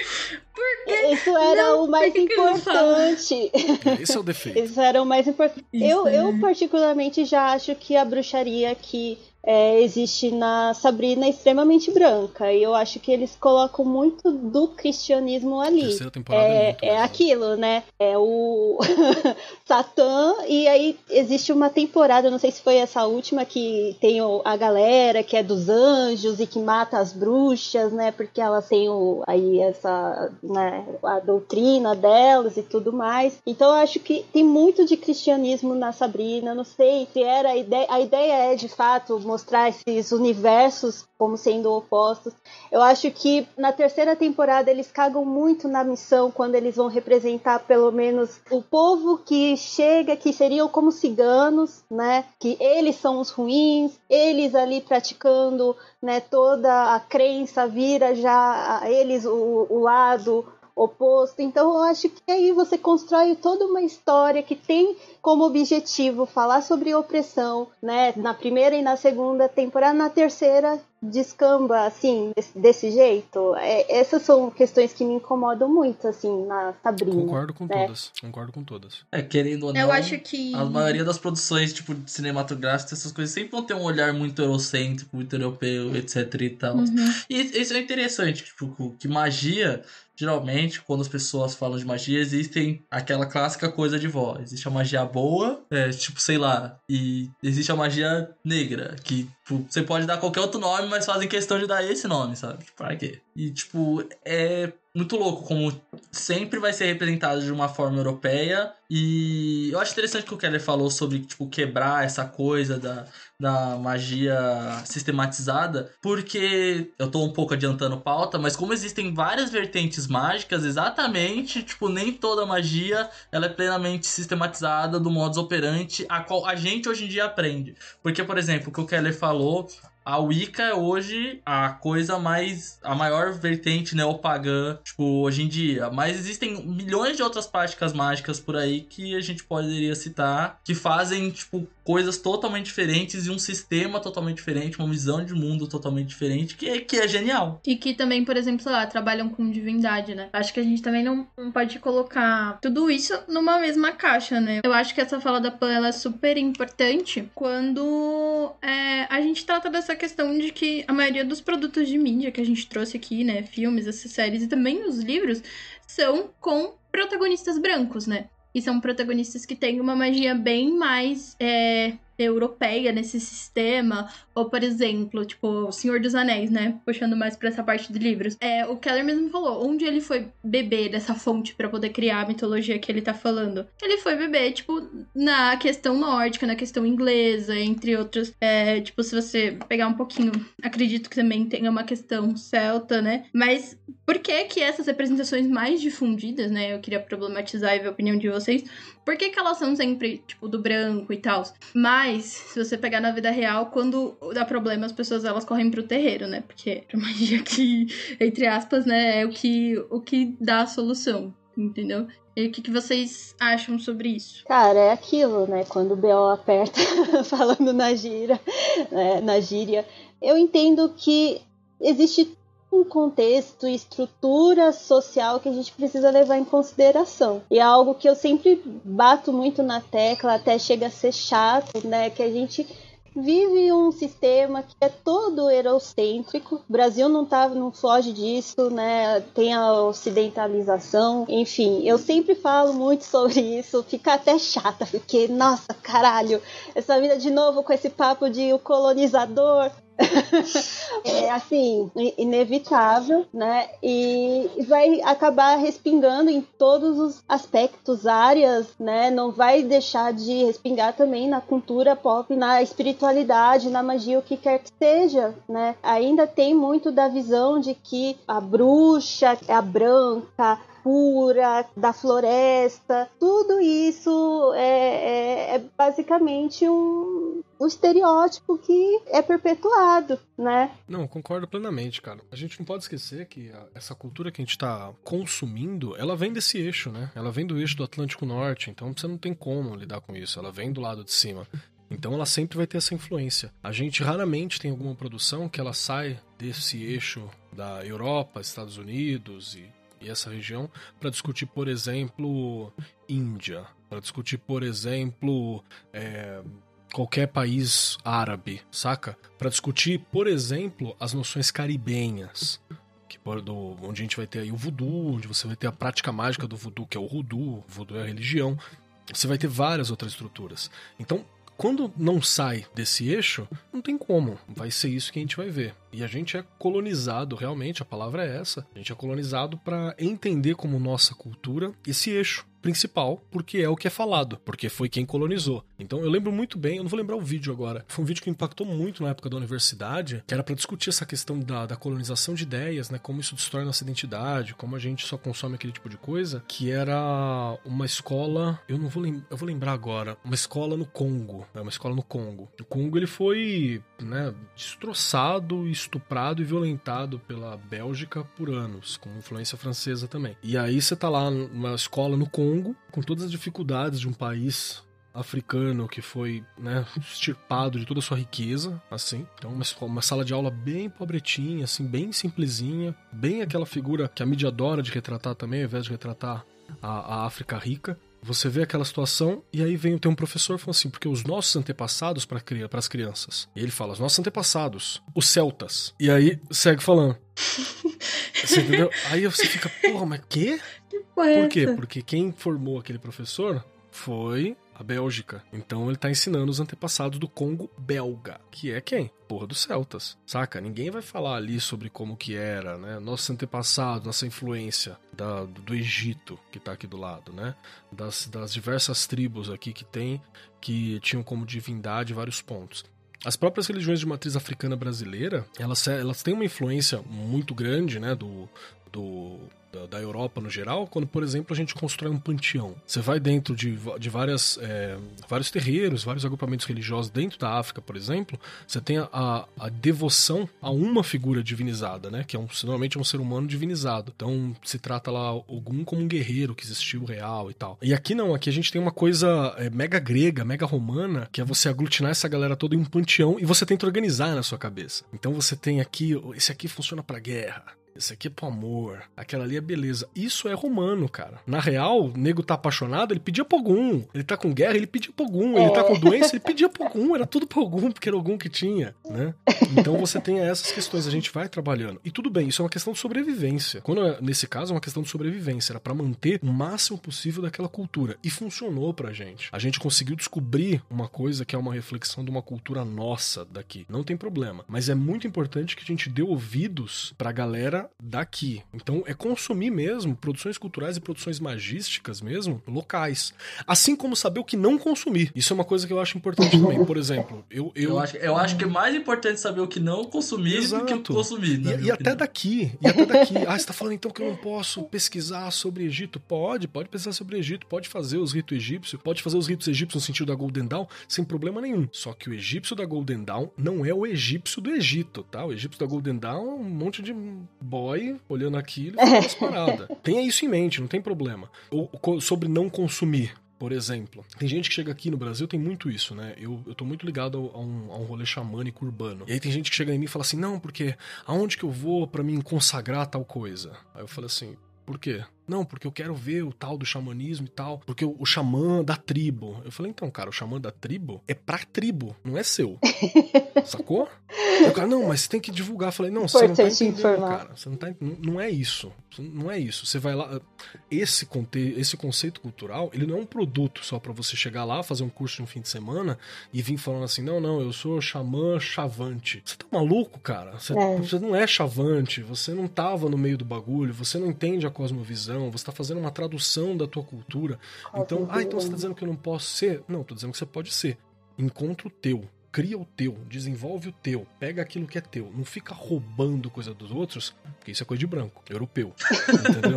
Isso era não, o mais importante. Esse é o defeito. Isso era o mais importante. Eu, eu, particularmente, já acho que a bruxaria que é, existe na Sabrina é extremamente branca. E eu acho que eles colocam muito do cristianismo ali. Terceira temporada é, é, é aquilo, né? É o Satã. E aí existe uma temporada, não sei se foi essa última, que tem a galera que é dos anjos e que mata as bruxas, né? Porque elas têm o, aí essa, né, a doutrina delas e tudo mais. Então eu acho que tem muito de cristianismo na Sabrina. Não sei se era a ideia. A ideia é, de fato, mostrar esses universos como sendo opostos. Eu acho que na terceira temporada eles cagam muito na missão quando eles vão representar pelo menos o povo que chega, que seriam como ciganos, né? Que eles são os ruins, eles ali praticando, né, toda a crença vira já a eles o, o lado oposto. Então eu acho que aí você constrói toda uma história que tem como objetivo falar sobre opressão, né? Na primeira e na segunda temporada, na terceira descamba, assim, desse, desse jeito. É, essas são questões que me incomodam muito, assim, na Sabrina. Concordo com né? todas, concordo com todas. É, querendo ou não, eu acho que a maioria das produções, tipo, cinematográficas, essas coisas, sempre vão ter um olhar muito eurocêntrico, muito europeu, etc e tal. Uhum. E isso é interessante, tipo, que magia... Geralmente, quando as pessoas falam de magia, existem aquela clássica coisa de vó. Existe a magia boa, é, tipo, sei lá, e existe a magia negra, que tipo, você pode dar qualquer outro nome, mas fazem questão de dar esse nome, sabe? Pra quê? E, tipo, é muito louco como sempre vai ser representado de uma forma europeia. E eu acho interessante que o Keller falou sobre, tipo, quebrar essa coisa da, da magia sistematizada, porque eu tô um pouco adiantando pauta, mas como existem várias vertentes mágicas, exatamente, tipo, nem toda magia ela é plenamente sistematizada do modus operandi a qual a gente hoje em dia aprende. Porque, por exemplo, o que o Keller falou, a Wicca é hoje a coisa mais... a maior vertente neopagã, tipo, hoje em dia. Mas existem milhões de outras práticas mágicas por aí que a gente poderia citar, que fazem, tipo, coisas totalmente diferentes e um sistema totalmente diferente, uma visão de mundo totalmente diferente, que é, que é genial. E que também, por exemplo, sei lá, trabalham com divindade, né? Acho que a gente também não, não pode colocar tudo isso numa mesma caixa, né? Eu acho que essa fala da Pan, ela é super importante quando é, a gente trata dessa questão de que a maioria dos produtos de mídia que a gente trouxe aqui, né, filmes, essas séries e também os livros, são com protagonistas brancos, né? E são protagonistas que têm uma magia bem mais é, europeia nesse sistema. Ou, por exemplo, tipo, O Senhor dos Anéis, né? Puxando mais pra essa parte de livros. É, o Keller mesmo falou, onde ele foi beber dessa fonte pra poder criar a mitologia que ele tá falando? Ele foi beber, tipo, na questão nórdica, na questão inglesa, entre outros. É, tipo, se você pegar um pouquinho, acredito que também tenha uma questão celta, né? Mas por que que essas representações mais difundidas, né? Eu queria problematizar e ver a opinião de vocês. Por que que elas são sempre, tipo, do branco e tal? Mas mais, se você pegar na vida real, quando dá problema, as pessoas elas correm pro terreiro, né? Porque a magia que, entre aspas, né, é o que, o que dá a solução, entendeu? E o que, que vocês acham sobre isso? Cara, é aquilo, né? Quando o B O aperta, falando na gíria, né, na gíria, eu entendo que existe um contexto e estrutura social que a gente precisa levar em consideração. E é algo que eu sempre bato muito na tecla, até chega a ser chato, né? Que a gente vive um sistema que é todo eurocêntrico. O Brasil não, tá, não foge disso, né? Tem a ocidentalização. Enfim, eu sempre falo muito sobre isso. Fica até chata, porque, nossa, caralho, essa vida de novo com esse papo de o colonizador... é assim, inevitável, né? E vai acabar respingando em todos os aspectos, áreas, né? Não vai deixar de respingar também na cultura pop, na espiritualidade, na magia, o que quer que seja, né? Ainda tem muito da visão de que a bruxa é a branca, pura, da floresta, tudo isso é, é, é basicamente um, um estereótipo que é perpetuado, né? Não, concordo plenamente, cara. A gente não pode esquecer que a, essa cultura que a gente tá consumindo, ela vem desse eixo, né? Ela vem do eixo do Atlântico Norte, então você não tem como lidar com isso, ela vem do lado de cima. Então ela sempre vai ter essa influência. A gente raramente tem alguma produção que ela sai desse eixo da Europa, Estados Unidos e e essa região, para discutir, por exemplo, Índia, para discutir, por exemplo, é, qualquer país árabe, saca? Para discutir, por exemplo, as noções caribenhas, que do, onde a gente vai ter aí o voodoo, onde você vai ter a prática mágica do voodoo, que é o hoodoo, o voodoo é a religião, você vai ter várias outras estruturas. Então, quando não sai desse eixo, não tem como. Vai ser isso que a gente vai ver. E a gente é colonizado, realmente, a palavra é essa. A gente é colonizado para entender como nossa cultura esse eixo principal, porque é o que é falado, porque foi quem colonizou. Então eu lembro muito bem, eu não vou lembrar o vídeo agora, foi um vídeo que impactou muito na época da universidade, que era para discutir essa questão da, da colonização de ideias, né, como isso destrói nossa identidade, como a gente só consome aquele tipo de coisa, que era uma escola, eu não vou lembrar, eu vou lembrar agora, uma escola no Congo, é uma escola no Congo. O Congo, ele foi, né, destroçado, estuprado e violentado pela Bélgica por anos, com influência francesa também. E aí você tá lá numa escola no Congo, com todas as dificuldades de um país africano que foi, né, extirpado de toda a sua riqueza, assim. Então uma, uma sala de aula bem pobretinha, assim, bem simplesinha, bem aquela figura que a mídia adora de retratar também, ao invés de retratar a, a África rica. Você vê aquela situação e aí vem tem um professor falando assim, porque os nossos antepassados para as crianças. E ele fala, os nossos antepassados, os celtas. E aí segue falando. Você entendeu? Aí você fica, porra, mas quê? Que porra é Por quê? essa? Porque quem formou aquele professor foi a Bélgica. Então ele tá ensinando os antepassados do Congo belga, que é quem? Porra dos celtas, saca? Ninguém vai falar ali sobre como que era, né? Nossos antepassados, nossa influência da, do Egito, que tá aqui do lado, né? Das, das diversas tribos aqui que tem, que tinham como divindade vários pontos. As próprias religiões de matriz africana brasileira, elas, elas têm uma influência muito grande, né, do, do, da, da Europa no geral, quando, por exemplo, a gente constrói um panteão. Você vai dentro de, de várias, é, vários terreiros, vários agrupamentos religiosos dentro da África, por exemplo, você tem a, a devoção a uma figura divinizada, né, que é um, normalmente é um ser humano divinizado. Então, se trata lá Ogum como um guerreiro que existiu real e tal. E aqui não, aqui a gente tem uma coisa é, mega grega, mega romana, que é você aglutinar essa galera toda em um panteão e você tenta organizar na sua cabeça. Então você tem aqui, esse aqui funciona pra guerra, esse aqui é pro amor, aquela ali é beleza. Isso é romano, cara. Na real, o nego tá apaixonado, ele pedia pro Ogum. Ele tá com guerra, ele pedia pro Ogum. Ele tá com doença, ele pedia pro Ogum. Era tudo pro Ogum, porque era o Ogum que tinha, né? Então você tem essas questões, a gente vai trabalhando. E tudo bem, isso é uma questão de sobrevivência. Quando, nesse caso, é uma questão de sobrevivência. Era pra manter o máximo possível daquela cultura. E funcionou pra gente. A gente conseguiu descobrir uma coisa que é uma reflexão de uma cultura nossa daqui. Não tem problema. Mas é muito importante que a gente dê ouvidos pra galera era daqui. Então é consumir mesmo produções culturais e produções magísticas mesmo, locais. Assim como saber o que não consumir. Isso é uma coisa que eu acho importante também. Por exemplo, eu... Eu, eu, acho, eu acho que é mais importante saber o que não consumir Exato. do que o que consumir. E, e até daqui. E até daqui. Ah, você tá falando então que eu não posso pesquisar sobre Egito? Pode, pode pesquisar sobre Egito, pode fazer os ritos egípcios, pode fazer os ritos egípcios no sentido da Golden Dawn, sem problema nenhum. Só que o egípcio da Golden Dawn não é o egípcio do Egito, tá? O egípcio da Golden Dawn é um monte de boy olhando aquilo e fazendo as paradas. Tenha isso em mente, não tem problema. Ou, sobre não consumir, por exemplo. Tem gente que chega aqui no Brasil, tem muito isso, né? Eu, eu tô muito ligado a um, a um rolê xamânico urbano. E aí tem gente que chega em mim e fala assim, não, porque aonde que eu vou pra me consagrar tal coisa? Aí eu falo assim, por quê? Não, porque eu quero ver o tal do xamanismo e tal, porque o, o xamã da tribo. Eu falei, então, cara, o xamã da tribo é pra tribo, não é seu. Sacou? O cara, não, mas você tem que divulgar. Eu falei, não, você não tá entendendo, cara. Você não, tá, não, não é isso. Não é isso. Você vai lá... Esse, conte, esse conceito cultural, ele não é um produto só pra você chegar lá, fazer um curso de um fim de semana e vir falando assim, não, não, eu sou xamã chavante. Você tá maluco, cara? Você, é. você não é chavante, você não tava no meio do bagulho, você não entende a cosmovisão, você tá fazendo uma tradução da tua cultura. Então, ah, então você tá dizendo que eu não posso ser? Não, tô dizendo que você pode ser. Encontra o teu. Cria o teu, desenvolve o teu, pega aquilo que é teu, não fica roubando coisa dos outros, porque isso é coisa de branco, europeu, entendeu?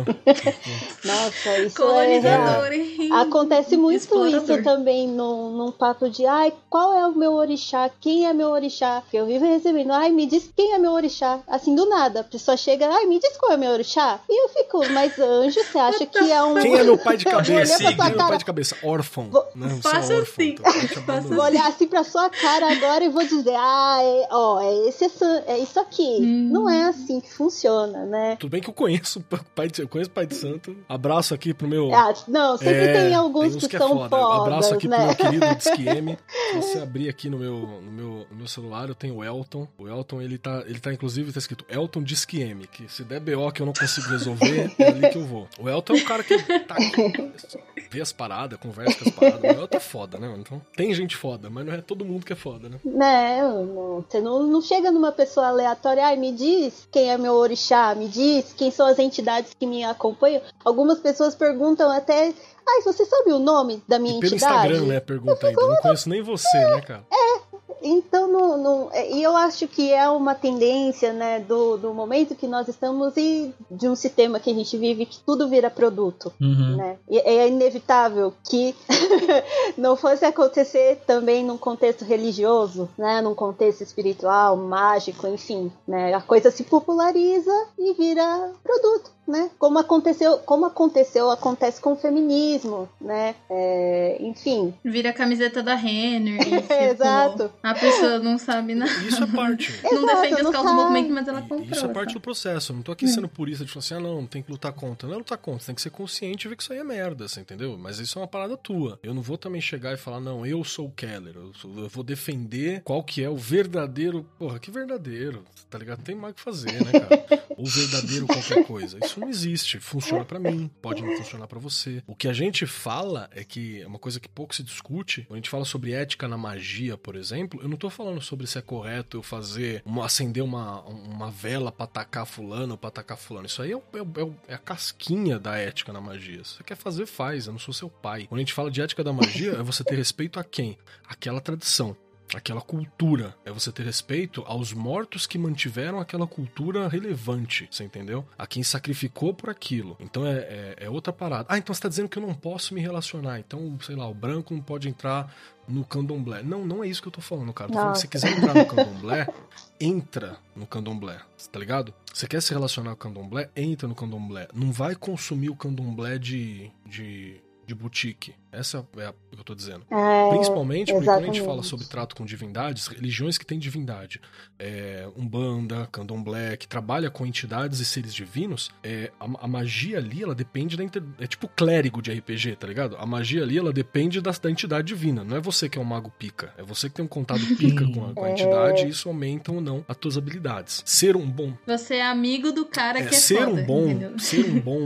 Nossa, isso é real. Acontece muito Explorador. Isso também num, num papo de, ai, qual é o meu orixá, quem é meu orixá? Eu vivo recebendo, ai, me diz quem é meu orixá, assim, do nada, a pessoa chega, ai, me diz qual é meu orixá, e eu fico, mas anjo, você acha que é um... Quem é meu pai de cabeça? Quem é meu pai de cabeça? Órfão. Vou... Não, Faça é órfão, assim. Então, vou olhar assim pra sua cara agora e vou dizer, ah, é, ó, é, esse, é isso aqui. Hum. Não é assim que funciona, né? Tudo bem que eu conheço o pai de, eu conheço o pai de santo. Abraço aqui pro meu... Ah, não, sempre é, tem alguns tem que, que são é foda. fodas, Abraço aqui né? pro meu querido Disquieme. Se você abrir aqui no meu, no, meu, no meu celular, eu tenho o Elton. O Elton, ele tá, ele tá inclusive, tá escrito Elton Disquieme, que se der B O que eu não consigo resolver, é ali que eu vou. O Elton é o cara que tá aqui, vê as paradas, conversa com as paradas. O Elton é foda, né? Então, tem gente foda, mas não é todo mundo que é foda, né? Não, não, você não, não chega numa pessoa aleatória, ai, me diz quem é meu orixá, me diz quem são as entidades que me acompanham. Algumas pessoas perguntam até, ai, você sabe o nome da minha e pelo entidade? Pelo Instagram, né, pergunta ainda, não conheço nem você, é, né, cara? É. Então, não, não, e eu acho que é uma tendência, né, do, do momento que nós estamos e de um sistema que a gente vive que tudo vira produto, uhum. né? E é inevitável que não fosse acontecer também num contexto religioso, né, num contexto espiritual, mágico, enfim, né? A coisa se populariza e vira produto, né? Como aconteceu, como aconteceu, acontece com o feminismo, né? É, enfim. Vira a camiseta da Renner. E, tipo, exato. A pessoa não sabe nada. Isso é parte. Não exato, defende não as causas do movimento, mas ela e, comprou. Isso é parte do processo. Eu não tô aqui sendo purista de falar assim, ah, não, tem que lutar contra. Não é lutar contra, tem que ser consciente e ver que isso aí é merda, você entendeu? Mas isso é uma parada tua. Eu não vou também chegar e falar, não, eu sou o Keller. Eu, sou, eu vou defender qual que é o verdadeiro... Porra, que verdadeiro, tá ligado? Tem mais o que fazer, né, cara? Ou verdadeiro qualquer coisa. Isso não existe. Funciona pra mim, pode não funcionar pra você. O que a gente fala é que é uma coisa que pouco se discute. Quando a gente fala sobre ética na magia, por exemplo, eu não tô falando sobre se é correto eu fazer, uma, acender uma, uma vela pra atacar fulano ou pra atacar fulano. Isso aí é, é, é a casquinha da ética na magia. Se você quer fazer, faz. Eu não sou seu pai. Quando a gente fala de ética da magia, é você ter respeito a quem? Aquela tradição. Aquela cultura, é você ter respeito aos mortos que mantiveram aquela cultura relevante, você entendeu? A quem sacrificou por aquilo. Então é, é, é outra parada. Ah, então você tá dizendo que eu não posso me relacionar, então, sei lá, o branco não pode entrar no candomblé. Não, não é isso que eu tô falando, cara. Tô falando que se você quiser entrar no candomblé, entra no candomblé, tá ligado? Você quer se relacionar com o candomblé, entra no candomblé. Não vai consumir o candomblé de... de... de boutique. Essa é a que eu tô dizendo. É, principalmente porque exatamente. quando a gente fala sobre trato com divindades, religiões que têm divindade, é, Umbanda, Candomblé, que trabalha com entidades e seres divinos, é, a, a magia ali, ela depende da... Inter... É tipo clérigo de R P G, tá ligado? A magia ali, ela depende da, da entidade divina. Não é você que é um mago pica. É você que tem um contato pica com a, com a entidade e isso aumenta ou não as tuas habilidades. Ser um bom... Você é amigo do cara é, que é ser foda, um bom entendeu? Ser um bom...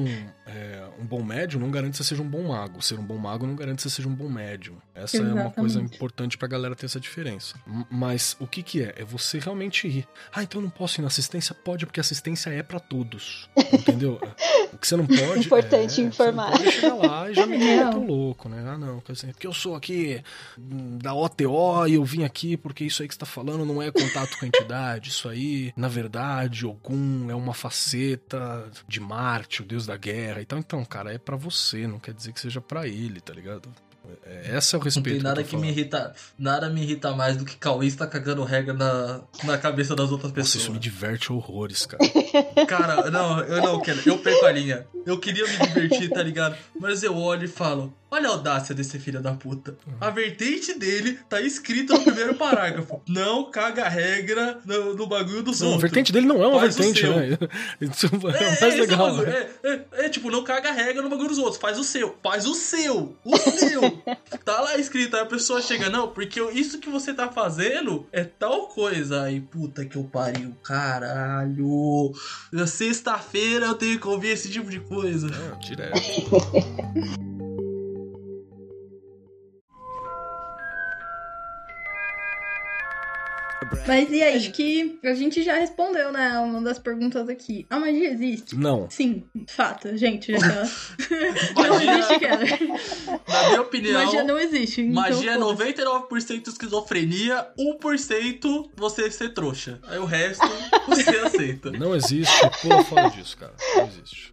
é, um bom médium não garante que você seja um bom mago. Ser um bom mago não garante que você seja um bom médium. Essa Exatamente. É uma coisa importante pra galera ter essa diferença. M- mas o que que é? É você realmente ir. Ah, então eu não posso ir na assistência? Pode, porque assistência é pra todos. Entendeu? O que você não pode... Importante é, informar. Você não pode chegar lá e já me querer tão louco, né? Ah, não, porque eu sou aqui da O T O e eu vim aqui porque isso aí que você tá falando não é contato com a entidade. Isso aí, na verdade, Ogum é uma faceta de Marte, o deus da guerra. Então, então, cara, é pra você, não quer dizer que seja pra ele, tá ligado? Esse é o respeito. Não tem nada que, que me irrita, nada me irrita mais do que Cauê tá cagando regra na, na cabeça das outras pessoas. Nossa, isso me diverte horrores, cara. Cara, não, eu não quero, eu perco a linha. Eu queria me divertir, tá ligado? Mas eu olho e falo, olha a audácia desse filho da puta. A vertente dele tá escrita no primeiro parágrafo. Não caga a regra no, no bagulho dos não, outros. A vertente dele não é uma Faz vertente, né? Isso é, é mais legal. É, né? é, é, é tipo, não caga a regra no bagulho dos outros. Faz o seu. Faz o seu. O seu. Tá lá escrito. Aí a pessoa chega, não, porque isso que você tá fazendo é tal coisa. Aí, puta que eu pariu. Caralho. Sexta-feira eu tenho que ouvir esse tipo de coisa. Não, direto. Mas e aí? Acho que a gente já respondeu, né? Uma das perguntas aqui. A magia existe? Não. Sim, fato. Gente, já tá. Não existe, cara. Na minha opinião, magia não existe. Magia então, é noventa e nove por cento esquizofrenia, um por cento você ser trouxa. Aí o resto você aceita. Não existe, pula fora disso, cara. Não existe.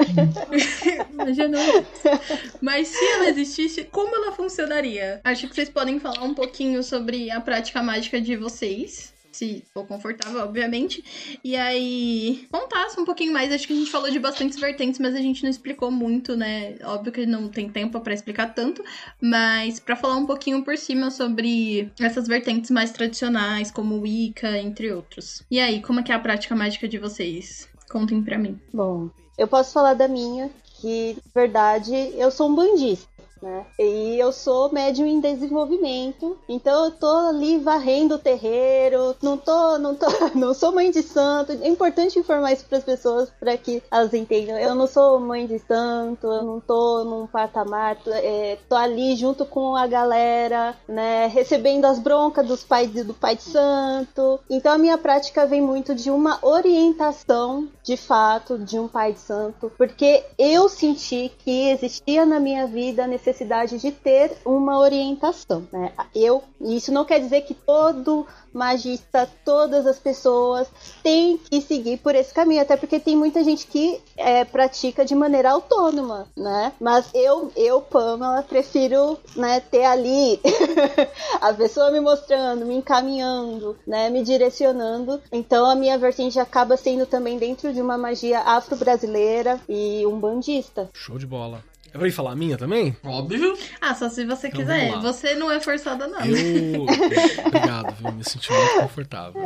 Magia não existe. Mas se ela existisse, como ela funcionaria? Acho que vocês podem falar um pouquinho sobre a prática mágica de vocês. Se for confortável, obviamente. E aí, contasse um pouquinho mais. Acho que a gente falou de bastantes vertentes, mas a gente não explicou muito, né? Óbvio que não tem tempo pra explicar tanto. Mas pra falar um pouquinho por cima sobre essas vertentes mais tradicionais, como Wicca, entre outros. E aí, como é que é a prática mágica de vocês? Contem pra mim. Bom, eu posso falar da minha, que, na verdade, eu sou um bandista. Né? E eu sou médium em desenvolvimento, então eu tô ali varrendo o terreiro, não tô, não tô, não sou mãe de santo. É importante informar isso para as pessoas para que elas entendam. Eu não sou mãe de santo, eu não tô num patamar, é, tô ali junto com a galera, né, recebendo as broncas dos pais do pai de santo. Então a minha prática vem muito de uma orientação, de fato, de um pai de santo, porque eu senti que existia na minha vida a necessidade de ter uma orientação, né? Eu, isso não quer dizer que todo magista, todas as pessoas têm que seguir por esse caminho, até porque tem muita gente que é, pratica de maneira autônoma, né? Mas eu, eu Pamela, prefiro, né, ter ali a pessoa me mostrando, me encaminhando, né, me direcionando. Então a minha vertente acaba sendo também dentro de uma magia afro-brasileira e umbandista. Show de bola. Eu vou falar a minha também? Óbvio. Ah, só se você Então, quiser. Você não é forçada, não. Eu... Obrigado, viu? Me senti muito confortável.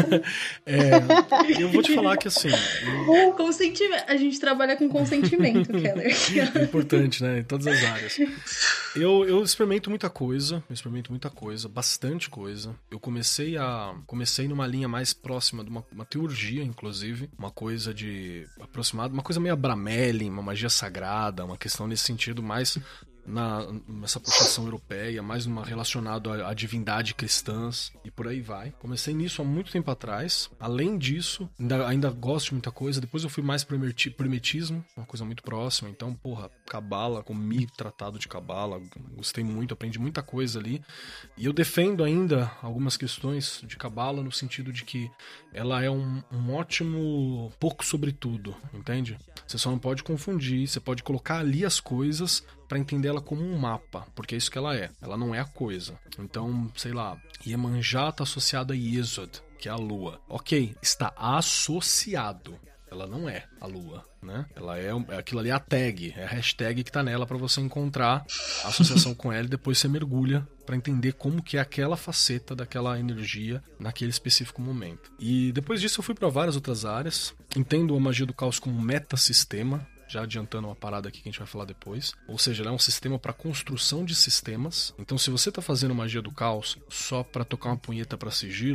É, eu vou te falar que, assim... Eu... Consentimento. A gente trabalha com consentimento, Keller. É importante, né? Em todas as áreas. Eu, eu experimento muita coisa. Eu experimento muita coisa. Bastante coisa. Eu comecei a... Comecei numa linha mais próxima de uma, uma teurgia, inclusive. Uma coisa de... aproximada. Uma coisa meio Abramelin, uma magia sagrada. Uma questão nesse sentido mais na, nessa processão europeia, mais uma relacionado à, à divindade cristãs e por aí vai. Comecei nisso há muito tempo atrás. Além disso, ainda, ainda gosto de muita coisa. Depois eu fui mais pro hermetismo, uma coisa muito próxima. Então, porra, cabala, comi tratado de cabala, gostei muito, aprendi muita coisa ali. E eu defendo ainda algumas questões de cabala no sentido de que ela é um, um ótimo pouco sobre tudo, entende? Você só não pode confundir, você pode colocar ali as coisas para entender ela como um mapa, porque é isso que ela é. Ela não é a coisa. Então, sei lá, Iemanjá está associada a Yesod, que é a lua. Ok, está associado. Ela não é a lua, né? Ela é, aquilo ali é a tag, é a hashtag que tá nela para você encontrar a associação com ela e depois você mergulha para entender como que é aquela faceta daquela energia naquele específico momento. E depois disso eu fui para várias outras áreas. Entendo a magia do caos como um metasistema, já adiantando uma parada aqui que a gente vai falar depois. Ou seja, ela é um sistema para construção de sistemas. Então se você tá fazendo magia do caos só para tocar uma punheta para sigilo,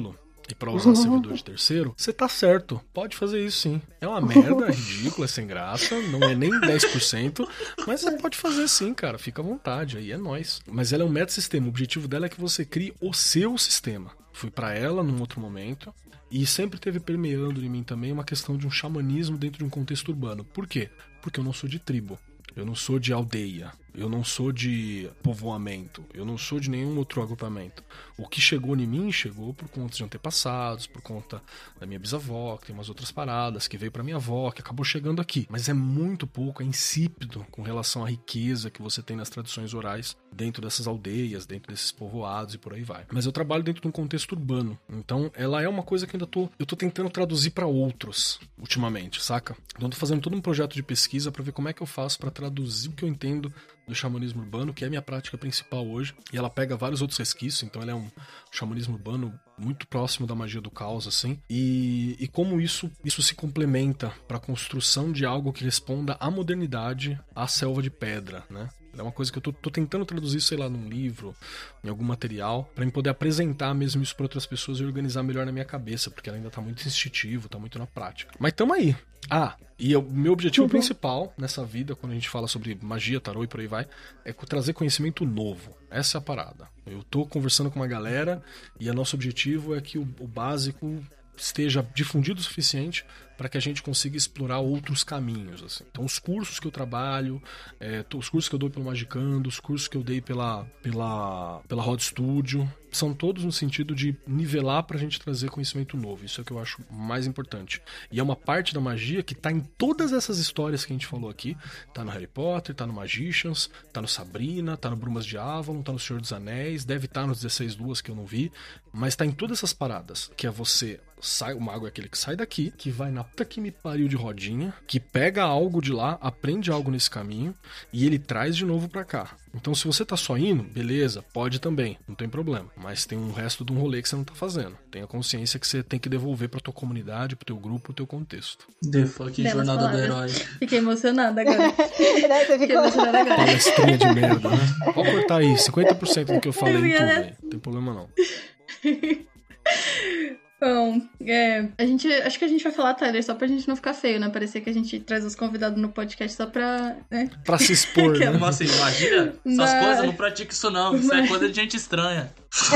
e pra usar servidor de terceiro, você tá certo. Pode fazer isso sim. É uma merda, é ridículo, é sem graça, não é nem dez por cento, mas você pode fazer sim, cara. Fica à vontade, aí é nóis. Mas ela é um meta-sistema. O objetivo dela é que você crie o seu sistema. Fui pra ela num outro momento. E sempre teve permeando em mim também uma questão de um xamanismo dentro de um contexto urbano. Por quê? Porque eu não sou de tribo. Eu não sou de aldeia. Eu não sou de povoamento. Eu não sou de nenhum outro agrupamento. O que chegou em mim, chegou por conta de antepassados, por conta da minha bisavó, que tem umas outras paradas, que veio pra minha avó, que acabou chegando aqui. Mas é muito pouco, é insípido com relação à riqueza que você tem nas tradições orais dentro dessas aldeias, dentro desses povoados e por aí vai. Mas eu trabalho dentro de um contexto urbano. Então, ela é uma coisa que ainda tô... Eu tô tentando traduzir pra outros, ultimamente, saca? Então, eu tô fazendo todo um projeto de pesquisa pra ver como é que eu faço pra traduzir o que eu entendo do xamanismo urbano, que é a minha prática principal hoje, e ela pega vários outros resquícios, então ela é um xamanismo urbano muito próximo da magia do caos, assim, e, e como isso, isso se complementa para a construção de algo que responda à modernidade, à selva de pedra, né? É uma coisa que eu tô, tô tentando traduzir, sei lá, num livro, em algum material, pra eu poder apresentar mesmo isso pra outras pessoas e organizar melhor na minha cabeça, porque ela ainda tá muito instintivo, tá muito na prática. Mas tamo aí. Ah, e o meu objetivo uhum. principal nessa vida, quando a gente fala sobre magia, tarô e por aí vai, é trazer conhecimento novo. Essa é a parada. Eu tô conversando com uma galera e o nosso objetivo é que o, o básico esteja difundido o suficiente para que a gente consiga explorar outros caminhos, assim. Então, os cursos que eu trabalho, é, os cursos que eu dou pelo Magicando, os cursos que eu dei pela, pela, pela Rod Studio, são todos no sentido de nivelar pra gente trazer conhecimento novo. Isso é o que eu acho mais importante. E é uma parte da magia que tá em todas essas histórias que a gente falou aqui. Tá no Harry Potter, tá no Magicians, tá no Sabrina, tá no Brumas de Avalon, tá no Senhor dos Anéis, deve estar nos dezesseis Luas que eu não vi, mas tá em todas essas paradas, que é você... Sai, o mago é aquele que sai daqui, que vai na puta que me pariu de rodinha, que pega algo de lá, aprende algo nesse caminho e ele traz de novo pra cá. Então, se você tá só indo, beleza, pode também, não tem problema. Mas tem um resto de um rolê que você não tá fazendo. Tenha consciência que você tem que devolver pra tua comunidade, pro teu grupo, pro teu contexto. The fucking jornada do herói. Fiquei emocionada agora. Você ficou emocionada agora. Palestrinha de merda, né? Pode cortar aí, cinquenta por cento do que eu falei em tudo aí. Não tem problema não. Bom, é, a gente, acho que a gente vai falar, Tyler, só pra gente não ficar feio, né? Parecer que a gente traz os convidados no podcast só pra... Né? Pra se expor, né? Como assim? Imagina? Essas Mas... coisas, não pratica isso não. Isso Mas... é coisa de gente estranha.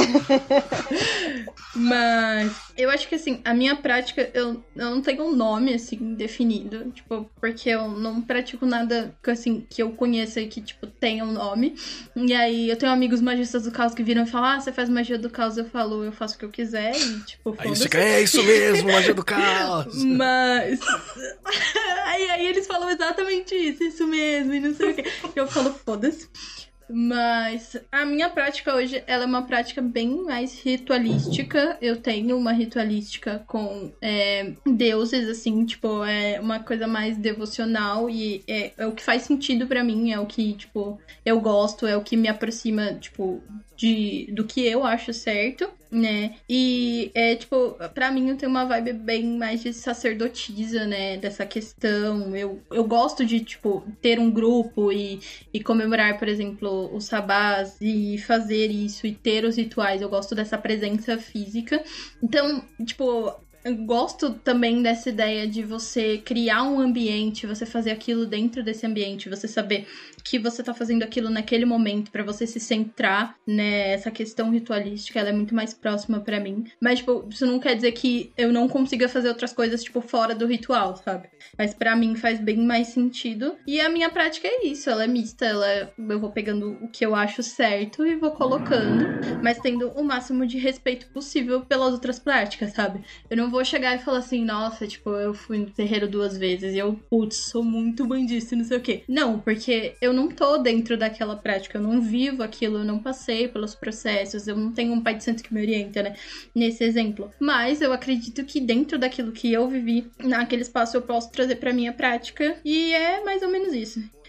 Mas eu acho que, assim, a minha prática, eu, eu não tenho um nome, assim, definido. Tipo, porque eu não pratico nada, assim, que eu conheça e que, tipo, tenha um nome. E aí, eu tenho amigos magistas do caos que viram e falam, ah, você faz magia do caos. Eu falo, eu faço o que eu quiser e, tipo, aí você fica, é isso mesmo, magia do caos. Mas... aí, aí eles falam exatamente isso, isso mesmo, e não sei o quê. Eu falo, foda-se. Mas a minha prática hoje, ela é uma prática bem mais ritualística. Eu tenho uma ritualística com é, deuses, assim, tipo, é uma coisa mais devocional e é, é o que faz sentido pra mim, é o que, tipo, eu gosto, é o que me aproxima, tipo, de, do que eu acho certo, né? E é, tipo, pra mim eu tenho uma vibe bem mais de sacerdotisa, né? Dessa questão. Eu, eu gosto de, tipo, ter um grupo e, e comemorar, por exemplo, os sabás e fazer isso e ter os rituais. Eu gosto dessa presença física. Então, tipo... Eu gosto também dessa ideia de você criar um ambiente, você fazer aquilo dentro desse ambiente, você saber que você tá fazendo aquilo naquele momento pra você se centrar, né? Essa questão ritualística, ela é muito mais próxima pra mim. Mas, tipo, isso não quer dizer que eu não consiga fazer outras coisas, tipo, fora do ritual, sabe? Mas pra mim faz bem mais sentido. E a minha prática é isso, ela é mista, ela é... eu vou pegando o que eu acho certo e vou colocando, mas tendo o máximo de respeito possível pelas outras práticas, sabe? Eu não vou chegar e falar assim, nossa, tipo, eu fui no terreiro duas vezes e eu, putz, sou muito bandista e não sei o quê. Não, porque eu não tô dentro daquela prática, eu não vivo aquilo, eu não passei pelos processos, eu não tenho um pai de santo que me orienta, né, nesse exemplo. Mas eu acredito que dentro daquilo que eu vivi, naquele espaço eu posso trazer pra minha prática e é mais ou menos isso.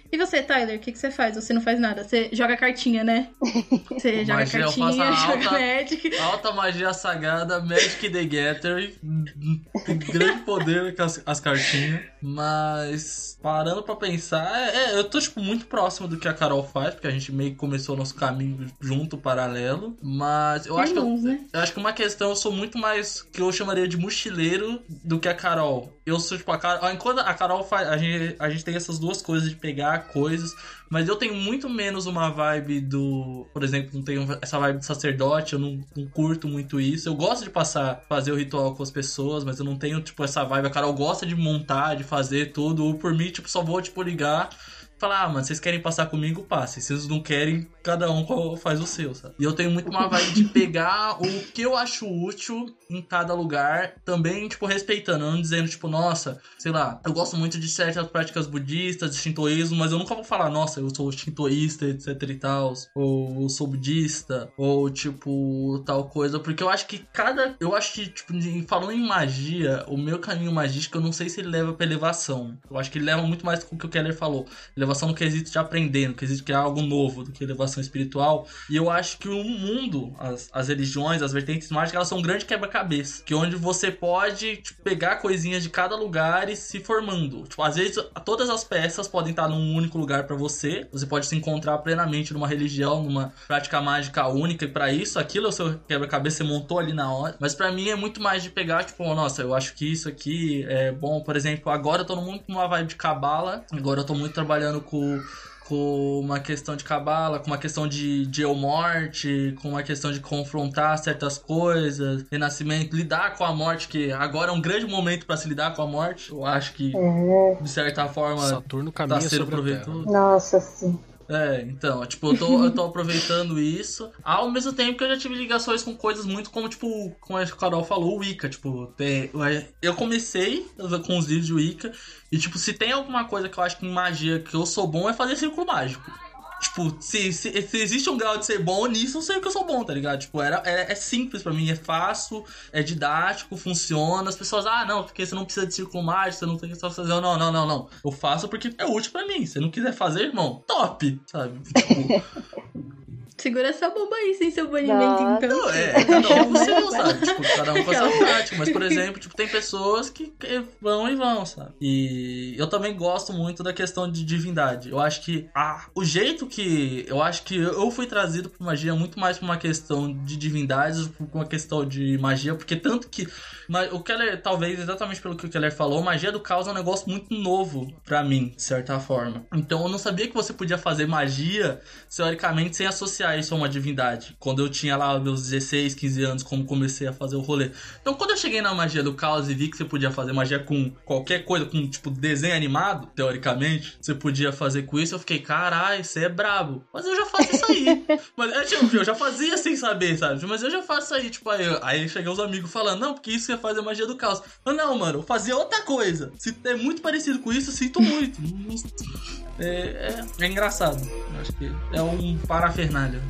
E você, Tyler, o que, que você faz? Você não faz nada? Você joga cartinha, né? Você joga Magia, eu cartinha, faço a joga alta- Magic. Alta magia sagrada, Magic the Gathering. Tem grande poder com as, as cartinhas. Mas, parando pra pensar, é, é, eu tô, tipo, muito próximo do que a Carol faz, porque a gente meio que começou o nosso caminho junto, paralelo. Mas eu acho que eu, Irmãos, né? eu acho que uma questão, eu sou muito mais que eu chamaria de mochileiro do que a Carol. Eu sou, tipo, a Carol. Enquanto a Carol faz. A gente, a gente tem essas duas coisas de pegar coisas. Mas eu tenho muito menos uma vibe do... Por exemplo, não tenho essa vibe de sacerdote, eu não, não curto muito isso. Eu gosto de passar, fazer o ritual com as pessoas, mas eu não tenho, tipo, essa vibe. A Carol gosta de montar, de fazer tudo. Ou por mim, tipo, só vou, tipo, ligar... Falar, ah, mano, vocês querem passar comigo, passem. Se vocês não querem, cada um faz o seu, sabe? E eu tenho muito uma vibe de pegar o que eu acho útil em cada lugar, também, tipo, respeitando. Não dizendo, tipo, nossa, sei lá, eu gosto muito de certas práticas budistas, de shintoísmo, mas eu nunca vou falar, nossa, eu sou shintoísta, etc e tal, ou eu sou budista, ou, tipo, tal coisa. Porque eu acho que cada... Eu acho que, tipo, falando em magia, o meu caminho magístico, eu não sei se ele leva pra elevação. Eu acho que ele leva muito mais do que o Keller falou. Elevação no quesito de aprender, no quesito que é algo novo do que elevação espiritual. E eu acho que o mundo, as, as religiões, as vertentes mágicas, elas são um grande quebra-cabeça. Que é onde você pode, tipo, pegar coisinhas de cada lugar e se formando. Tipo, às vezes, todas as peças podem estar num único lugar pra você. Você pode se encontrar plenamente numa religião, numa prática mágica única. E pra isso, aquilo é o seu quebra-cabeça, você montou ali na hora. Mas pra mim é muito mais de pegar, tipo, nossa, eu acho que isso aqui é bom. Por exemplo, agora eu tô muito numa vibe de cabala. Agora eu tô muito trabalhando com, com uma questão de cabala, com uma questão de, de eu morte, com uma questão de confrontar certas coisas, renascimento, lidar com a morte, que agora é um grande momento pra se lidar com a morte. Eu acho que, de certa forma, Saturno caminha tá sendo sobre a Terra. aproveitado. Nossa, sim. É, então, tipo, eu tô, eu tô aproveitando isso, ao mesmo tempo que eu já tive ligações com coisas muito como, tipo, como a Carol falou, o Wicca, tipo, tem, eu comecei com os vídeos de Wicca, e, tipo, se tem alguma coisa que eu acho que em magia que eu sou bom é fazer círculo mágico. Tipo, se, se, se existe um grau de ser bom nisso, eu sei que eu sou bom, tá ligado? Tipo, era, é, é simples pra mim, é fácil, é didático, funciona. As pessoas, ah, não, porque você não precisa de círculo mágico, você não tem que só fazer. Não, não, não, não. Eu faço porque é útil pra mim. Se você não quiser fazer, irmão, top, sabe? Tipo... Segura essa bomba aí sem seu banimento, Nossa. então. Não, é, cada um com o seu, sabe? Tipo, cada um com a sua prática. Mas, por exemplo, tipo, tem pessoas que, que vão e vão, sabe? E eu também gosto muito da questão de divindade. Eu acho que ah, o jeito que... Eu acho que eu fui trazido pra magia muito mais pra uma questão de divindades, pra uma questão de magia, porque tanto que... Mas o Keller, talvez, exatamente pelo que o Keller falou, magia do caos é um negócio muito novo pra mim, de certa forma. Então eu não sabia que você podia fazer magia, teoricamente, sem associar isso a uma divindade. Quando eu tinha lá meus dezesseis, quinze anos, como comecei a fazer o rolê. Então quando eu cheguei na magia do caos e vi que você podia fazer magia com qualquer coisa, com tipo desenho animado, teoricamente, você podia fazer com isso, eu fiquei, caralho, você é brabo. Mas eu já faço isso aí. Mas é, tipo, eu já fazia sem saber, sabe? Mas eu já faço isso aí, tipo, aí, aí chegam os amigos falando, não, porque isso você faz a magia do caos. Mas não, mano, eu fazia outra coisa. Se é muito parecido com isso, eu sinto muito. É, é, é engraçado. Acho que é um parafernália.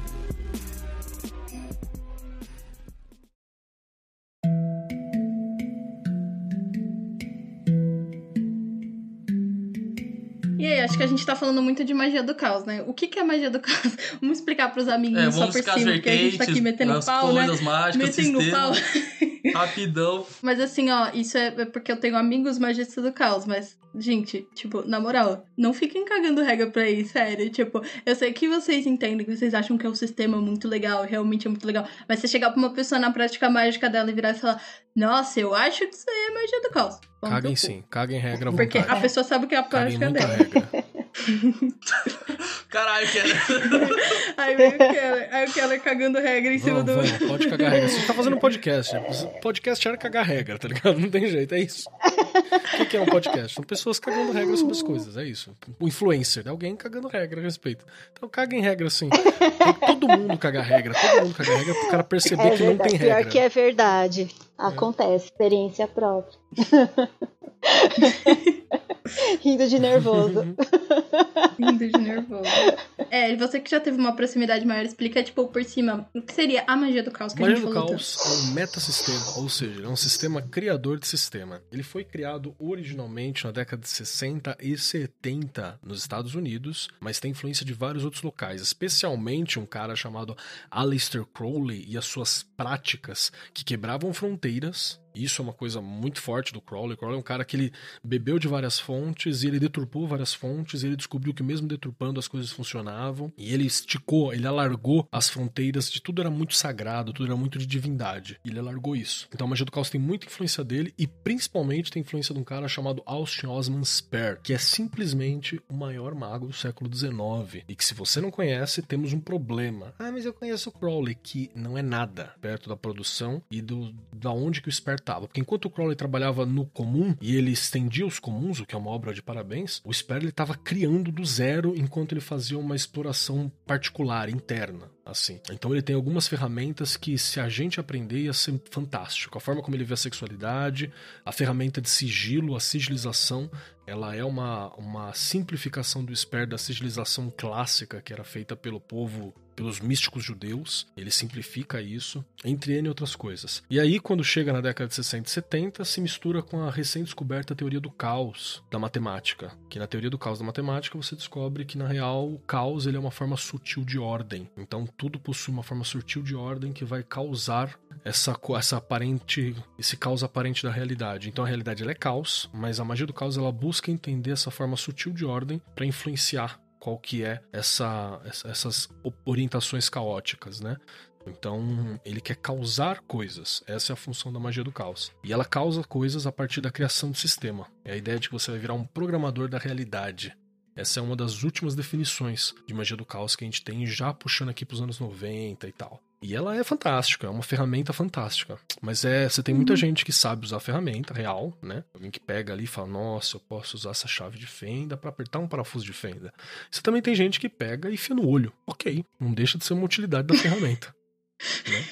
E aí, acho que a gente tá falando muito de magia do caos, né? O que que é magia do caus? Vamos explicar pros amiguinhos É, só vamos por ficar as cima, porque a gente tá aqui vertentes, metendo as pau, né? coisas mágicas, Metendo sistema. pau. Rapidão. Mas assim, ó, isso é porque eu tenho amigos magistas do caos, mas, gente, tipo, na moral, não fiquem cagando regra pra ir, sério. Tipo, eu sei que vocês entendem, que vocês acham que é um sistema muito legal, realmente é muito legal, mas você chegar pra uma pessoa na prática mágica dela e virar e falar, nossa, eu acho que isso aí é magia do caos. Ponto. Caguem sim, caguem regra à Porque vontade. a pessoa sabe que é a Caguem prática muita dela. regra. Caralho, Keller. Aí veio o Keller, aí o Keller cagando regra em cima Vamos, do... vamos, pode cagar regra. Você tá fazendo um podcast. Podcast era cagar regra, tá ligado? Não tem jeito, é isso. O que, que é um podcast? São pessoas cagando regra sobre as coisas, é isso. O influencer, alguém cagando regra a respeito. Então caguem regra sim. Tem todo mundo cagar regra, todo mundo cagar regra pro cara perceber É que não tem verdade, pior regra. que é verdade. Acontece, experiência própria. Rindo de nervoso. Rindo de nervoso. É, você que já teve uma proximidade maior, explica, tipo, por cima, o que seria a magia do caos que A a magia gente do falou caos é um metasistema, ou seja, ele é um sistema criador de sistema. Ele foi criado originalmente na década de sessenta e setenta nos Estados Unidos, mas tem influência de vários outros locais, especialmente um cara chamado Aleister Crowley e as suas práticas que quebravam fronteiras. Isso é uma coisa muito forte do Crowley. Crowley é um cara que ele bebeu de várias fontes e ele deturpou várias fontes e ele descobriu que mesmo deturpando as coisas funcionavam. E ele esticou, ele alargou as fronteiras de tudo era muito sagrado, tudo era muito de divindade. E ele alargou isso. Então a magia do caos tem muita influência dele e principalmente tem influência de um cara chamado Austin Osman Spare, que é simplesmente o maior mago do século dezenove. E que se você não conhece, temos um problema. Ah, mas eu conheço o Crowley, que não é nada perto da produção e do da onde que o Spare tava. Porque enquanto o Crowley trabalhava no comum e ele estendia os comuns, o que é uma obra de parabéns, o Spare ele tava criando do zero enquanto ele fazia uma exploração particular, interna. Assim. Então ele tem algumas ferramentas que, se a gente aprender, ia ser fantástico. A forma como ele vê a sexualidade, a ferramenta de sigilo, a sigilização, ela é uma, uma simplificação do Spare da sigilização clássica que era feita pelo povo, pelos místicos judeus. Ele simplifica isso, entre N outras coisas. E aí, quando chega na década de sessenta e setenta, se mistura com a recém-descoberta teoria do caos da matemática. Que na teoria do caos da matemática você descobre que, na real, o caos ele é uma forma sutil de ordem. Então tudo possui uma forma sutil de ordem que vai causar essa, essa aparente, esse caos aparente da realidade. Então a realidade ela é caos, mas a magia do caos ela busca entender essa forma sutil de ordem para influenciar qual que é essa, essas orientações caóticas, né? Então, ele quer causar coisas. Essa é a função da magia do caos. E ela causa coisas a partir da criação do sistema. É a ideia de que você vai virar um programador da realidade. Essa é uma das últimas definições de magia do caos que a gente tem, já puxando aqui pros anos noventa e tal. E ela é fantástica, é uma ferramenta fantástica. Mas é, você tem muita gente que sabe usar a ferramenta real, né? Alguém que pega ali e fala, nossa, eu posso usar essa chave de fenda para apertar um parafuso de fenda. Você também tem gente que pega e enfia no olho. Ok, não deixa de ser uma utilidade da ferramenta. Né?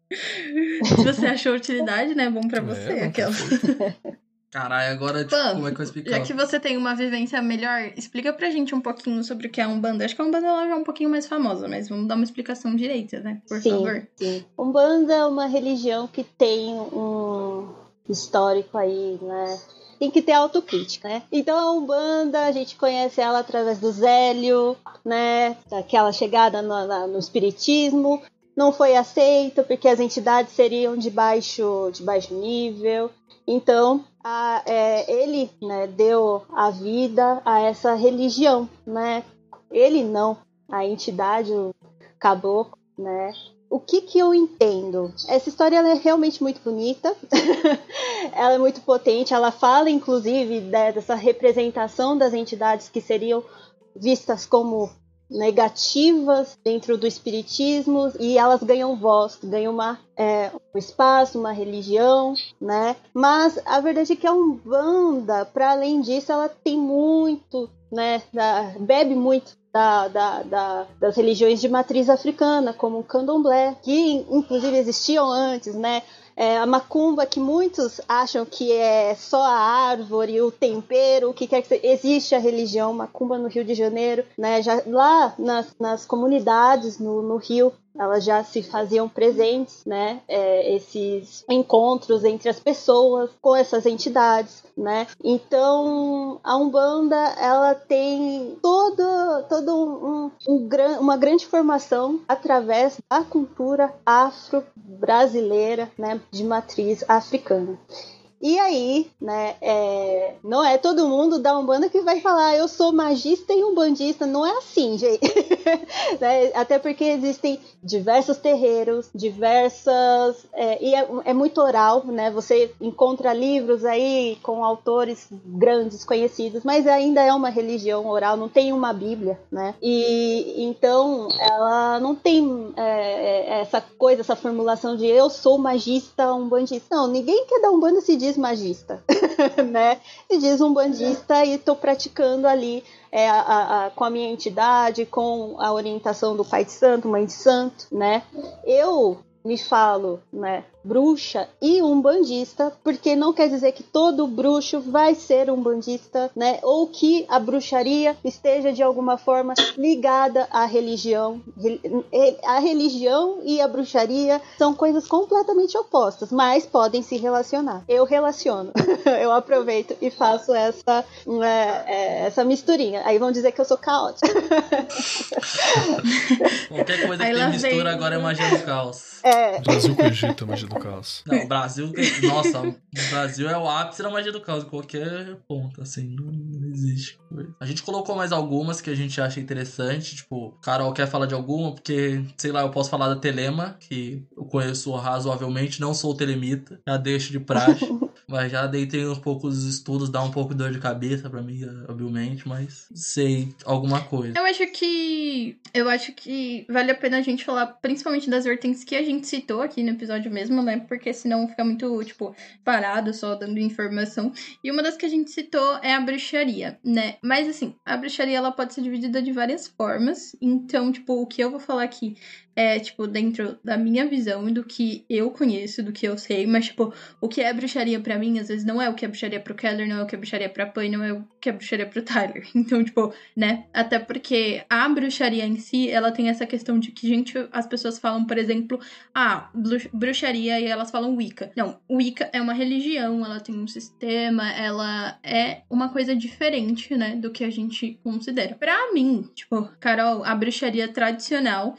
Se você achou utilidade, né? Bom pra você. É, aquela. Caralho, agora tipo, Pan, como é que eu explicar? já que você tem uma vivência melhor, explica pra gente um pouquinho sobre o que é a Umbanda. Acho que a Umbanda ela já é um pouquinho mais famosa, mas vamos dar uma explicação direita, né? Por sim, favor. Sim. Umbanda é uma religião que tem um histórico aí, né? Tem que ter autocrítica, né? Então a Umbanda, a gente conhece ela através do Zélio, né? Daquela chegada no, na, no espiritismo. Não foi aceito porque as entidades seriam de baixo, de baixo nível. Então, a, é, ele, né, deu a vida a essa religião, né? Ele não, a entidade, o caboclo, né? O que que eu entendo? Essa história ela é realmente muito bonita, ela é muito potente, ela fala, inclusive, né, dessa representação das entidades que seriam vistas como negativas dentro do espiritismo e elas ganham voz, ganham uma, é, um espaço, uma religião, né? Mas a verdade é que a Umbanda, para além disso, ela tem muito, né? Da, bebe muito da, da, da, das religiões de matriz africana, como o Candomblé, que inclusive existiam antes, né? É, a macumba, que muitos acham que é só a árvore, o tempero, o que quer que seja. Existe a religião macumba no Rio de Janeiro, né? Já, lá nas, nas comunidades no, no Rio, elas já se faziam presentes, né? É, esses encontros entre as pessoas com essas entidades, né? Então, a Umbanda, ela tem todo, todo um, um, um, uma grande formação através da cultura afro-brasileira, né? De matriz africana. E aí, né, é, não é todo mundo da Umbanda que vai falar eu sou magista e umbandista, não é assim, gente. Né? Até porque existem diversos terreiros, diversas... É, e é, é muito oral, né? Você encontra livros aí com autores grandes, conhecidos, mas ainda é uma religião oral, não tem uma Bíblia, né? E então, ela não tem é, essa coisa, essa formulação de eu sou magista, umbandista. Não, ninguém que é da Umbanda se diz magista, né? Se diz umbandista e estou praticando ali é, a, a, a, com a minha entidade, com a orientação do Pai de Santo, Mãe de Santo, né? Eu me falo, né, bruxa e umbandista, porque não quer dizer que todo bruxo vai ser umbandista, né? Ou que a bruxaria esteja de alguma forma ligada à religião. A religião e a bruxaria são coisas completamente opostas, mas podem se relacionar. Eu relaciono, eu aproveito e faço essa, é, essa misturinha. Aí vão dizer que eu sou caótica. Qualquer coisa que tem mistura vem. Agora é magia do caos. É. Brasil com Egito é magia do caos. Não, o Brasil, nossa, o Brasil é o ápice da magia do caos, em qualquer ponto, assim, não, não existe. A gente colocou mais algumas que a gente acha interessante, tipo, Carol quer falar de alguma, porque, sei lá, eu posso falar da Telema, que eu conheço razoavelmente, não sou telemita, já deixo de praxe, mas já deitei um pouco dos estudos, dá um pouco de dor de cabeça pra mim, obviamente, mas sei alguma coisa. Eu acho que, eu acho que vale a pena a gente falar, principalmente das vertentes que a gente citou aqui no episódio mesmo, né, porque senão fica muito, tipo, parado só dando informação, e uma das que a gente citou é a bruxaria, né, mas assim, a bruxaria ela pode ser dividida de várias formas, então, tipo, o que eu vou falar aqui é, tipo, dentro da minha visão e do que eu conheço, do que eu sei, mas, tipo, o que é bruxaria pra mim, às vezes, não é o que é bruxaria pro Keller, não é o que é bruxaria pra Pan, não é o que é bruxaria pro Tyler. Então, tipo, né, até porque a bruxaria em si, ela tem essa questão de que, gente, as pessoas falam, por exemplo, ah, bruxaria, e elas falam Wicca. Não, Wicca é uma religião, ela tem um sistema, ela é uma coisa diferente, né, do que a gente considera. Pra mim, tipo, Carol, a bruxaria tradicional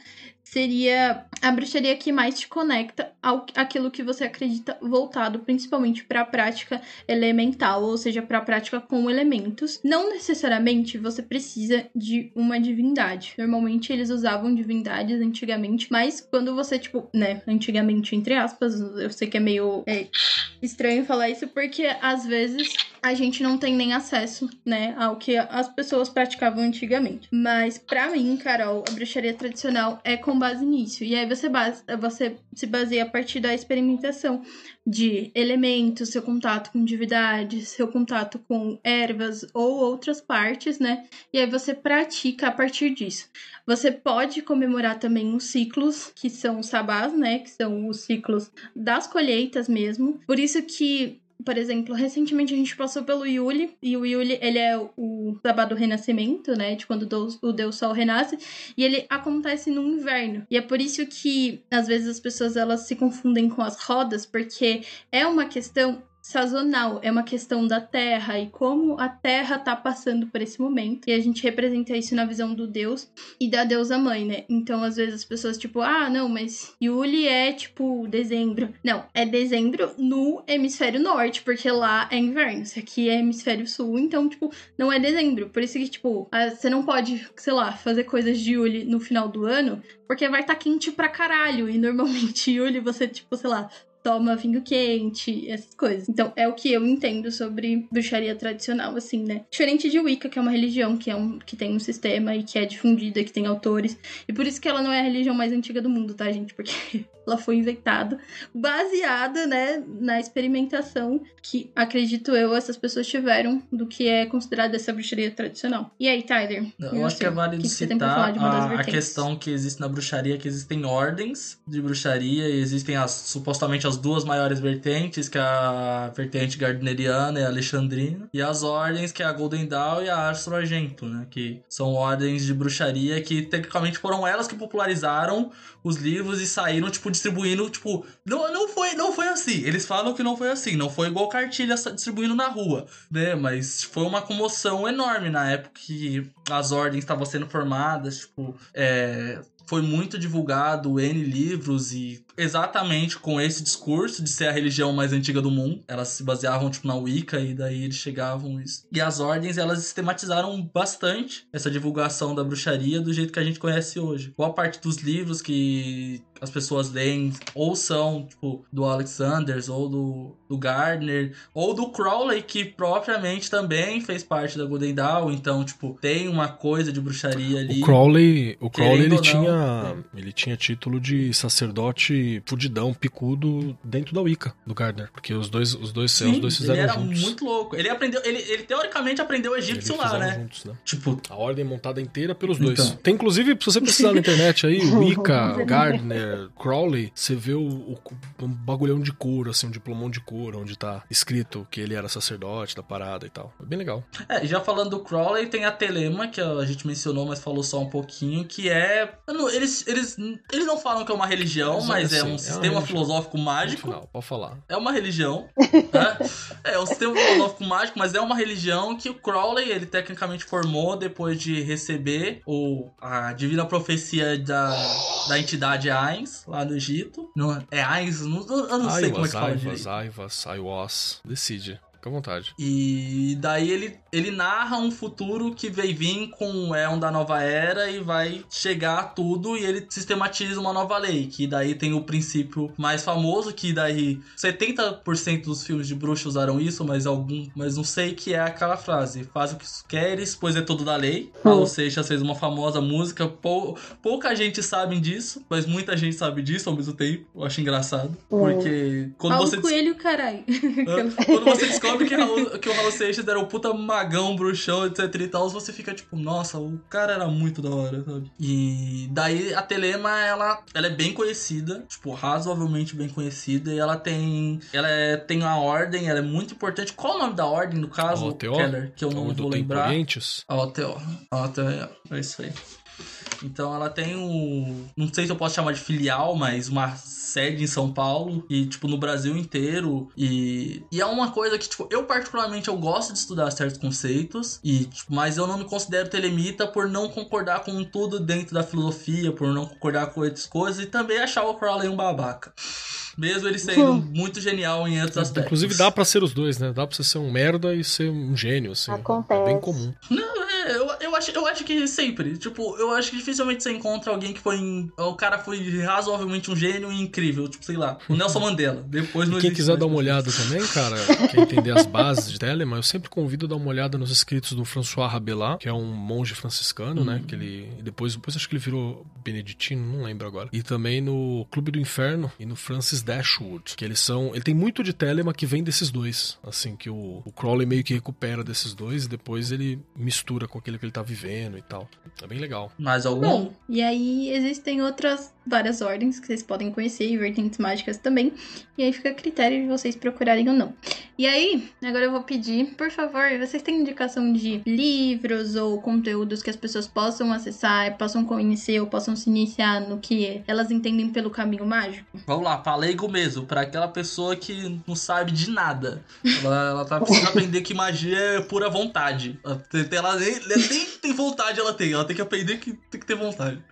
seria a bruxaria que mais te conecta ao aquilo que você acredita, voltado principalmente para a prática elemental, ou seja, para a prática com elementos. Não necessariamente você precisa de uma divindade. Normalmente eles usavam divindades antigamente, mas quando você, tipo, né, antigamente, entre aspas, eu sei que é meio é, estranho falar isso, porque às vezes a gente não tem nem acesso, né, ao que as pessoas praticavam antigamente. Mas pra mim, Carol, a bruxaria tradicional é com base nisso. E aí você, base, você se baseia a partir da experimentação de elementos, seu contato com divindades, seu contato com ervas ou outras partes, né? E aí você pratica a partir disso. Você pode comemorar também os ciclos, que são os sabás, né? Que são os ciclos das colheitas mesmo. Por isso que, por exemplo, recentemente a gente passou pelo Yule, e o Yule, ele é o sabá do renascimento, né, de quando o Deus, o Deus Sol renasce, e ele acontece no inverno. E é por isso que, às vezes, as pessoas, elas se confundem com as rodas, porque é uma questão sazonal, é uma questão da terra e como a terra tá passando por esse momento, e a gente representa isso na visão do Deus e da deusa mãe, né? Então, às vezes as pessoas, tipo, ah, não, mas Yule é, tipo, dezembro. Não, é dezembro no hemisfério norte, porque lá é inverno, isso aqui é hemisfério sul, então, tipo, não é dezembro. Por isso que, tipo, você não pode, sei lá, fazer coisas de Yule no final do ano, porque vai estar tá quente pra caralho, e normalmente Yule você, tipo, sei lá, toma vinho quente, essas coisas. Então, é o que eu entendo sobre bruxaria tradicional, assim, né? Diferente de Wicca, que é uma religião que, é um, que tem um sistema e que é difundida, que tem autores. E por isso que ela não é a religião mais antiga do mundo, tá, gente? Porque ela foi inventada, baseada, né, na experimentação que, acredito eu, essas pessoas tiveram do que é considerada essa bruxaria tradicional. E aí, Tyler? Eu acho que é válido que citar a, a questão que existe na bruxaria, que existem ordens de bruxaria e existem as, supostamente as duas maiores vertentes, que é a vertente gardneriana e a alexandrina, e as ordens, que é a Golden Dawn e a Astro Argento, né, que são ordens de bruxaria que, tecnicamente, foram elas que popularizaram os livros e saíram, tipo, distribuindo, tipo, não, não, foi, não foi assim, eles falam que não foi assim, não foi igual cartilha distribuindo na rua, né, mas foi uma comoção enorme na época que as ordens estavam sendo formadas, tipo, é... foi muito divulgado N livros e exatamente com esse discurso de ser a religião mais antiga do mundo. Elas se baseavam, tipo, na Wicca e daí eles chegavam isso. E as ordens, elas sistematizaram bastante essa divulgação da bruxaria do jeito que a gente conhece hoje. Boa parte dos livros que as pessoas leem ou são, tipo, do Alexanders ou do, do Gardner ou do Crowley, que propriamente também fez parte da Golden Dawn. Então, tipo, tem uma coisa de bruxaria ali. O Crowley, o Crowley ele tinha tinha, ele tinha título de sacerdote fudidão, picudo dentro da Wicca, do Gardner. Porque os dois, os dois, Sim, os dois fizeram ele era juntos. muito louco. Ele aprendeu, ele, ele teoricamente aprendeu egípcio Eles lá, fizeram né? juntos, né? Tipo, A ordem montada inteira pelos dois. Então. Tem inclusive, se você precisar na internet aí, Wicca, Gardner, Crowley, você vê o, o, um bagulhão de couro, assim, um diplomão de couro, onde tá escrito que ele era sacerdote da parada e tal. É bem legal. é, já falando do Crowley, tem a Telema, que a gente mencionou, mas falou só um pouquinho, que é... eu não- Eles, eles, eles não falam que é uma religião, Mas é mas é, assim, é um uma sistema religião. filosófico No mágico. final, pode falar. É uma religião, né? É um sistema filosófico mágico, mas é uma religião que o Crowley, ele tecnicamente formou depois de receber o, a divina profecia da, da entidade Ains, lá no Egito. Não, é Ains? Não, eu não sei I como é was, que fala I direito. was, I was, I was. Decide. Fica à vontade. E daí ele, ele narra um futuro que vai vir com o Éon da nova era e vai chegar a tudo, e ele sistematiza uma nova lei, que daí tem o princípio mais famoso, que daí setenta por cento dos filmes de bruxa usaram isso, mas algum, mas não sei, que é aquela frase: faz o que queres, pois é tudo da lei. Paulo Seixas fez uma famosa música, pou, pouca gente sabe disso, mas muita gente sabe disso ao mesmo tempo. Eu acho engraçado, porque quando Paulo você des- Coelho, caralho. quando você descobre que, Raul- que o Raul Seixas era um puta magão, bruxão, etc e tal, você fica tipo, nossa, o cara era muito da hora, sabe? E daí a Telema, ela, ela é bem conhecida, tipo, razoavelmente bem conhecida, e ela tem ela é, tem uma ordem, ela é muito importante. Qual o nome da ordem, no caso, A O T O? Keller? Que eu não Onde vou eu tenho lembrar. Orientes? A O T O. A O T O, é isso aí. Então ela tem um... não sei se eu posso chamar de filial, mas uma sede em São Paulo e, tipo, no Brasil inteiro. E, e é uma coisa que, tipo, eu particularmente eu gosto de estudar certos conceitos, e, tipo, mas eu não me considero telemita por não concordar com tudo dentro da filosofia, por não concordar com outras coisas, e também achar o Crowley um babaca. Mesmo ele sendo muito genial em outros aspectos. Inclusive dá pra ser os dois, né? Dá pra você ser um merda e ser um gênio, assim. Acontece. É bem comum. Não, é, eu, eu, acho, eu acho que sempre. Tipo, eu acho que dificilmente você encontra alguém que foi. Em, o cara foi razoavelmente um gênio e incrível. Tipo, sei lá, o Nelson Mandela. Depois não E quem existe quiser mais dar uma pessoas. olhada também, cara, quer entender as bases de Telema, eu sempre convido a dar uma olhada nos escritos do François Rabelais, que é um monge franciscano, né? Que ele. E depois, depois acho que ele virou beneditino, não lembro agora. E também no Clube do Inferno e no Francis Dashwood, que eles são. Ele tem muito de Telema que vem desses dois. Assim, que o, o Crowley meio que recupera desses dois e depois ele mistura com aquele que ele tá vivendo e tal. É bem legal. Mais algum? Bom, e aí existem outras várias ordens que vocês podem conhecer e vertentes mágicas também. E aí fica a critério de vocês procurarem ou não. E aí, agora eu vou pedir, por favor, vocês têm indicação de livros ou conteúdos que as pessoas possam acessar, possam conhecer ou possam se iniciar no que elas entendem pelo caminho mágico? Vamos lá, pra leigo mesmo, pra aquela pessoa que não sabe de nada. Ela, ela tá precisando aprender que magia é pura vontade. Ela, tem- ela nem, ela nem tem vontade, ela tem. Ela tem que aprender que tem que ter vontade.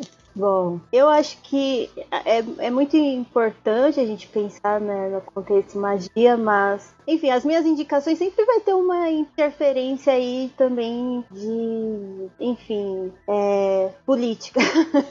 Bom, eu acho que é, é muito importante a gente pensar, né, no contexto de magia, mas, enfim, as minhas indicações sempre vai ter uma interferência aí também de, enfim, é, política,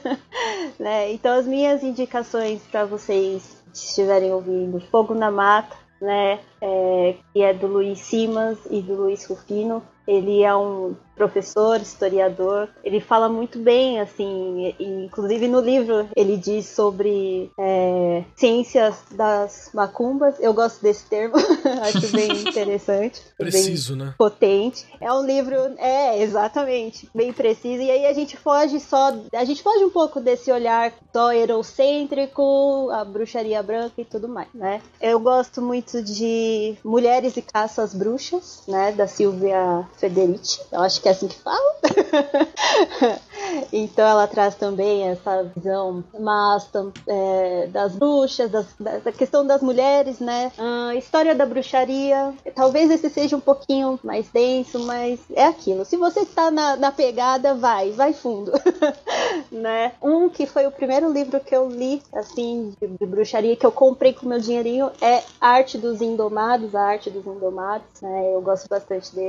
né? Então as minhas indicações para vocês que estiverem ouvindo, Fogo na Mata, né, é, que é do Luiz Simas e do Luiz Rufino. Ele é um professor, historiador, ele fala muito bem, assim, e, inclusive no livro ele diz sobre é, ciências das macumbas. Eu gosto desse termo, acho bem interessante, Preciso, bem né? potente. É um livro, é, exatamente, bem preciso, e aí a gente foge só, a gente foge um pouco desse olhar só eurocêntrico, a bruxaria branca e tudo mais, né? Eu gosto muito de Mulheres e Caça às Bruxas, né, da Silvia Federici, eu acho que é assim que fala. Então ela traz também essa visão mas, é, das bruxas, das, da questão das mulheres, né? A história da bruxaria, talvez esse seja um pouquinho mais denso, mas é aquilo. Se você está na, na pegada, vai, vai fundo. Né? Um que foi o primeiro livro que eu li, assim, de, de bruxaria, que eu comprei com meu dinheirinho, é Arte dos Indomados, a Arte dos Indomados, né? Eu gosto bastante desse. E eu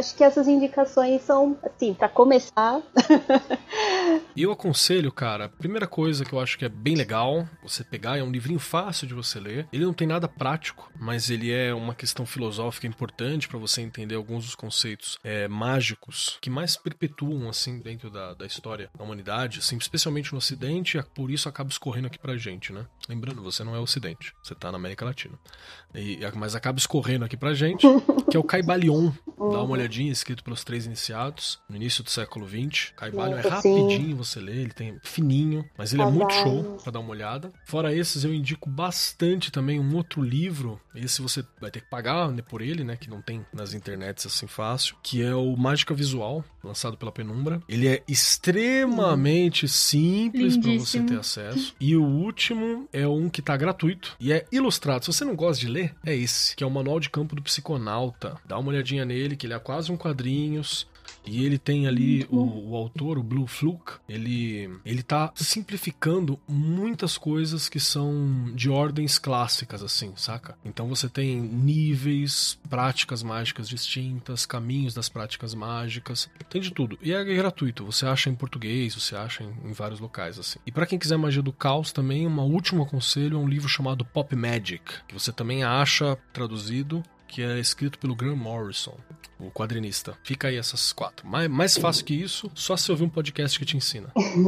acho que essas indicações são, assim, pra começar. E eu aconselho, cara, a primeira coisa que eu acho que é bem legal você pegar, é um livrinho fácil de você ler. Ele não tem nada prático, mas ele é uma questão filosófica importante pra você entender alguns dos conceitos é, mágicos que mais perpetuam, assim, dentro da, da história da humanidade, assim, especialmente no Ocidente, e por isso acaba escorrendo aqui pra gente, né? Lembrando, você não é Ocidente, você tá na América Latina. E, mas acaba escorrendo aqui pra gente, que é o Caibalion. Dá uma olhadinha, escrito pelos três iniciados, no início do século vinte. Caibalion é rapidinho você lê, ele tem fininho, mas ele é muito show pra dar uma olhada. Fora esses, eu indico bastante também um outro livro, esse você vai ter que pagar por ele, né, que não tem nas internets assim fácil, que é o Mágica Visual, lançado pela Penumbra. Ele é extremamente simples pra você ter acesso. E o último é um que tá gratuito e é ilustrado. Se você não gosta de ler, é esse, que é o Manual de Campo do Psiconauta. Dá uma olhadinha nele, que ele é quase um quadrinhos. E ele tem ali o, o autor, o Blue Fluke, ele, ele tá simplificando muitas coisas que são de ordens clássicas, assim, saca? Então você tem níveis, práticas mágicas distintas, caminhos das práticas mágicas, tem de tudo. E é gratuito, você acha em português, você acha em, em vários locais, assim. E pra quem quiser Magia do Caos também, um último aconselho é um livro chamado Pop Magic, que você também acha traduzido, que é escrito pelo Grant Morrison, o quadrinista. Fica aí essas quatro. Mais, mais fácil que isso, só se ouvir um podcast que te ensina.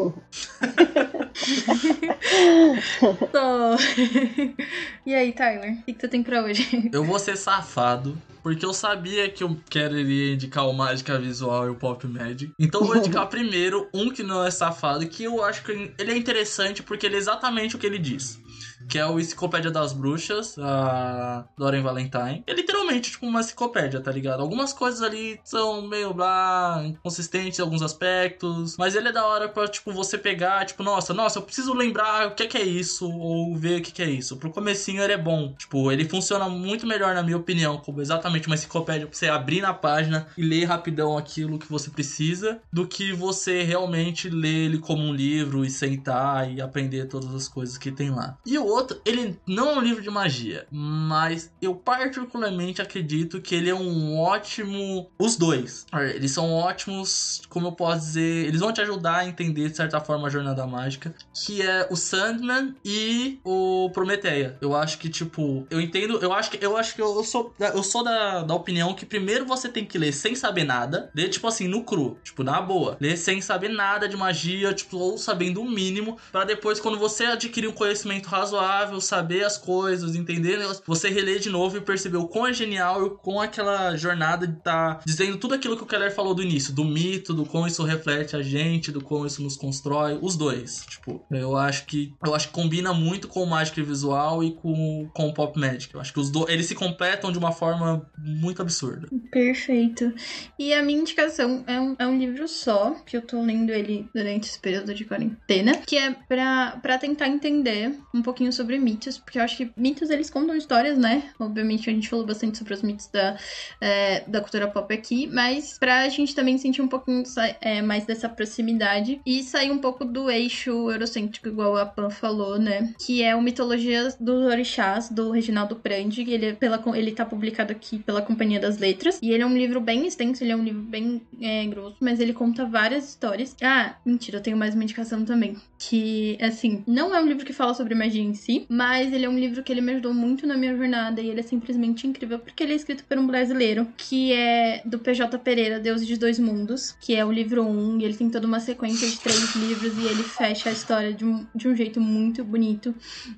E aí, Tyler? O que, que você tem pra hoje? Eu vou ser safado, porque eu sabia que eu queria indicar o Mágica Visual e o Pop Magic. Então eu vou indicar primeiro um que não é safado, que eu acho que ele é interessante porque ele é exatamente o que ele diz. Que é o Enciclopédia das Bruxas, da Lauren Valentine. É literalmente tipo uma enciclopédia, tá ligado? Algumas coisas ali são meio blá, inconsistentes em alguns aspectos, mas ele é da hora pra, tipo, você pegar, tipo, nossa, nossa, eu preciso lembrar o que é, que é isso, ou ver o que é, que é isso. Pro comecinho ele é bom. Tipo, ele funciona muito melhor, na minha opinião, como exatamente uma enciclopédia pra você abrir na página e ler rapidão aquilo que você precisa, do que você realmente ler ele como um livro e sentar e aprender todas as coisas que tem lá. E o outro, ele não é um livro de magia, mas eu particularmente acredito que ele é um ótimo... Os dois, eles são ótimos, como eu posso dizer, eles vão te ajudar a entender de certa forma a jornada mágica, que é o Sandman e o Prometeia. Eu acho que, tipo, eu entendo, eu acho que eu acho que eu sou, eu sou da, da opinião que primeiro você tem que ler sem saber nada, ler, tipo assim, no cru, tipo, na boa, ler sem saber nada de magia, tipo, ou sabendo o mínimo, pra depois, quando você adquirir um conhecimento razoável, saber as coisas, entender, você reler de novo e perceber o quão é genial e com aquela jornada de tá dizendo tudo aquilo que o Keller falou do início, do mito, do como isso reflete a gente, do como isso nos constrói, os dois, tipo, eu acho que eu acho que combina muito com o Mágica Visual e com, com o Pop Magic. Eu acho que os dois, eles se completam de uma forma muito absurda. Perfeito. E a minha indicação é um, é um livro só, que eu tô lendo ele durante esse período de quarentena, que é pra, pra tentar entender um pouquinho sobre mitos, porque eu acho que mitos, eles contam histórias, né? Obviamente a gente falou bastante sobre os mitos da, é, da cultura pop aqui, mas pra gente também sentir um pouquinho é, mais dessa proximidade e sair um pouco do eixo eurocêntrico, igual a Pan falou, né? Que é o Mitologia dos Orixás, do Reginaldo Prandi, ele, é pela, ele tá publicado aqui pela Companhia das Letras, e ele é um livro bem extenso, ele é um livro bem é, grosso, mas ele conta várias histórias. Ah, mentira, eu tenho mais uma indicação também, que, assim, não é um livro que fala sobre magia em si, mas ele é um livro que ele me ajudou muito na minha jornada, e ele é simplesmente incrível, porque ele é escrito por um brasileiro, que é do P J Pereira, Deuses de Dois Mundos, que é o livro um, e ele tem toda uma sequência de três livros, e ele fecha a história de um, de um jeito muito bonito,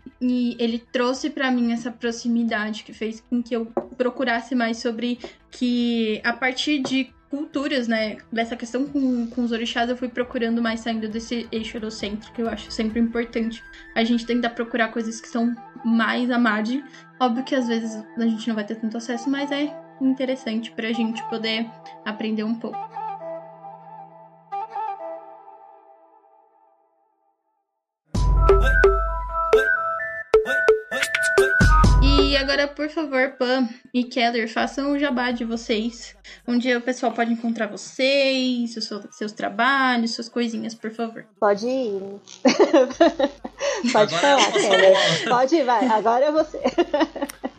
e ele trouxe pra mim essa proximidade que fez com que eu procurasse mais sobre que, a partir de culturas, né, dessa questão com, com os orixás, eu fui procurando mais saindo desse eixo eurocêntrico, que eu acho sempre importante a gente tentar procurar coisas que são mais a mágica. Óbvio que às vezes a gente não vai ter tanto acesso, mas é interessante pra gente poder aprender um pouco. E agora, por favor, Pam e Keller, façam o jabá de vocês. Onde o pessoal pode encontrar vocês, seus, seus trabalhos, suas coisinhas, por favor. Pode ir. Pode Agora falar, Keller. Pode ir, vai. Agora é você.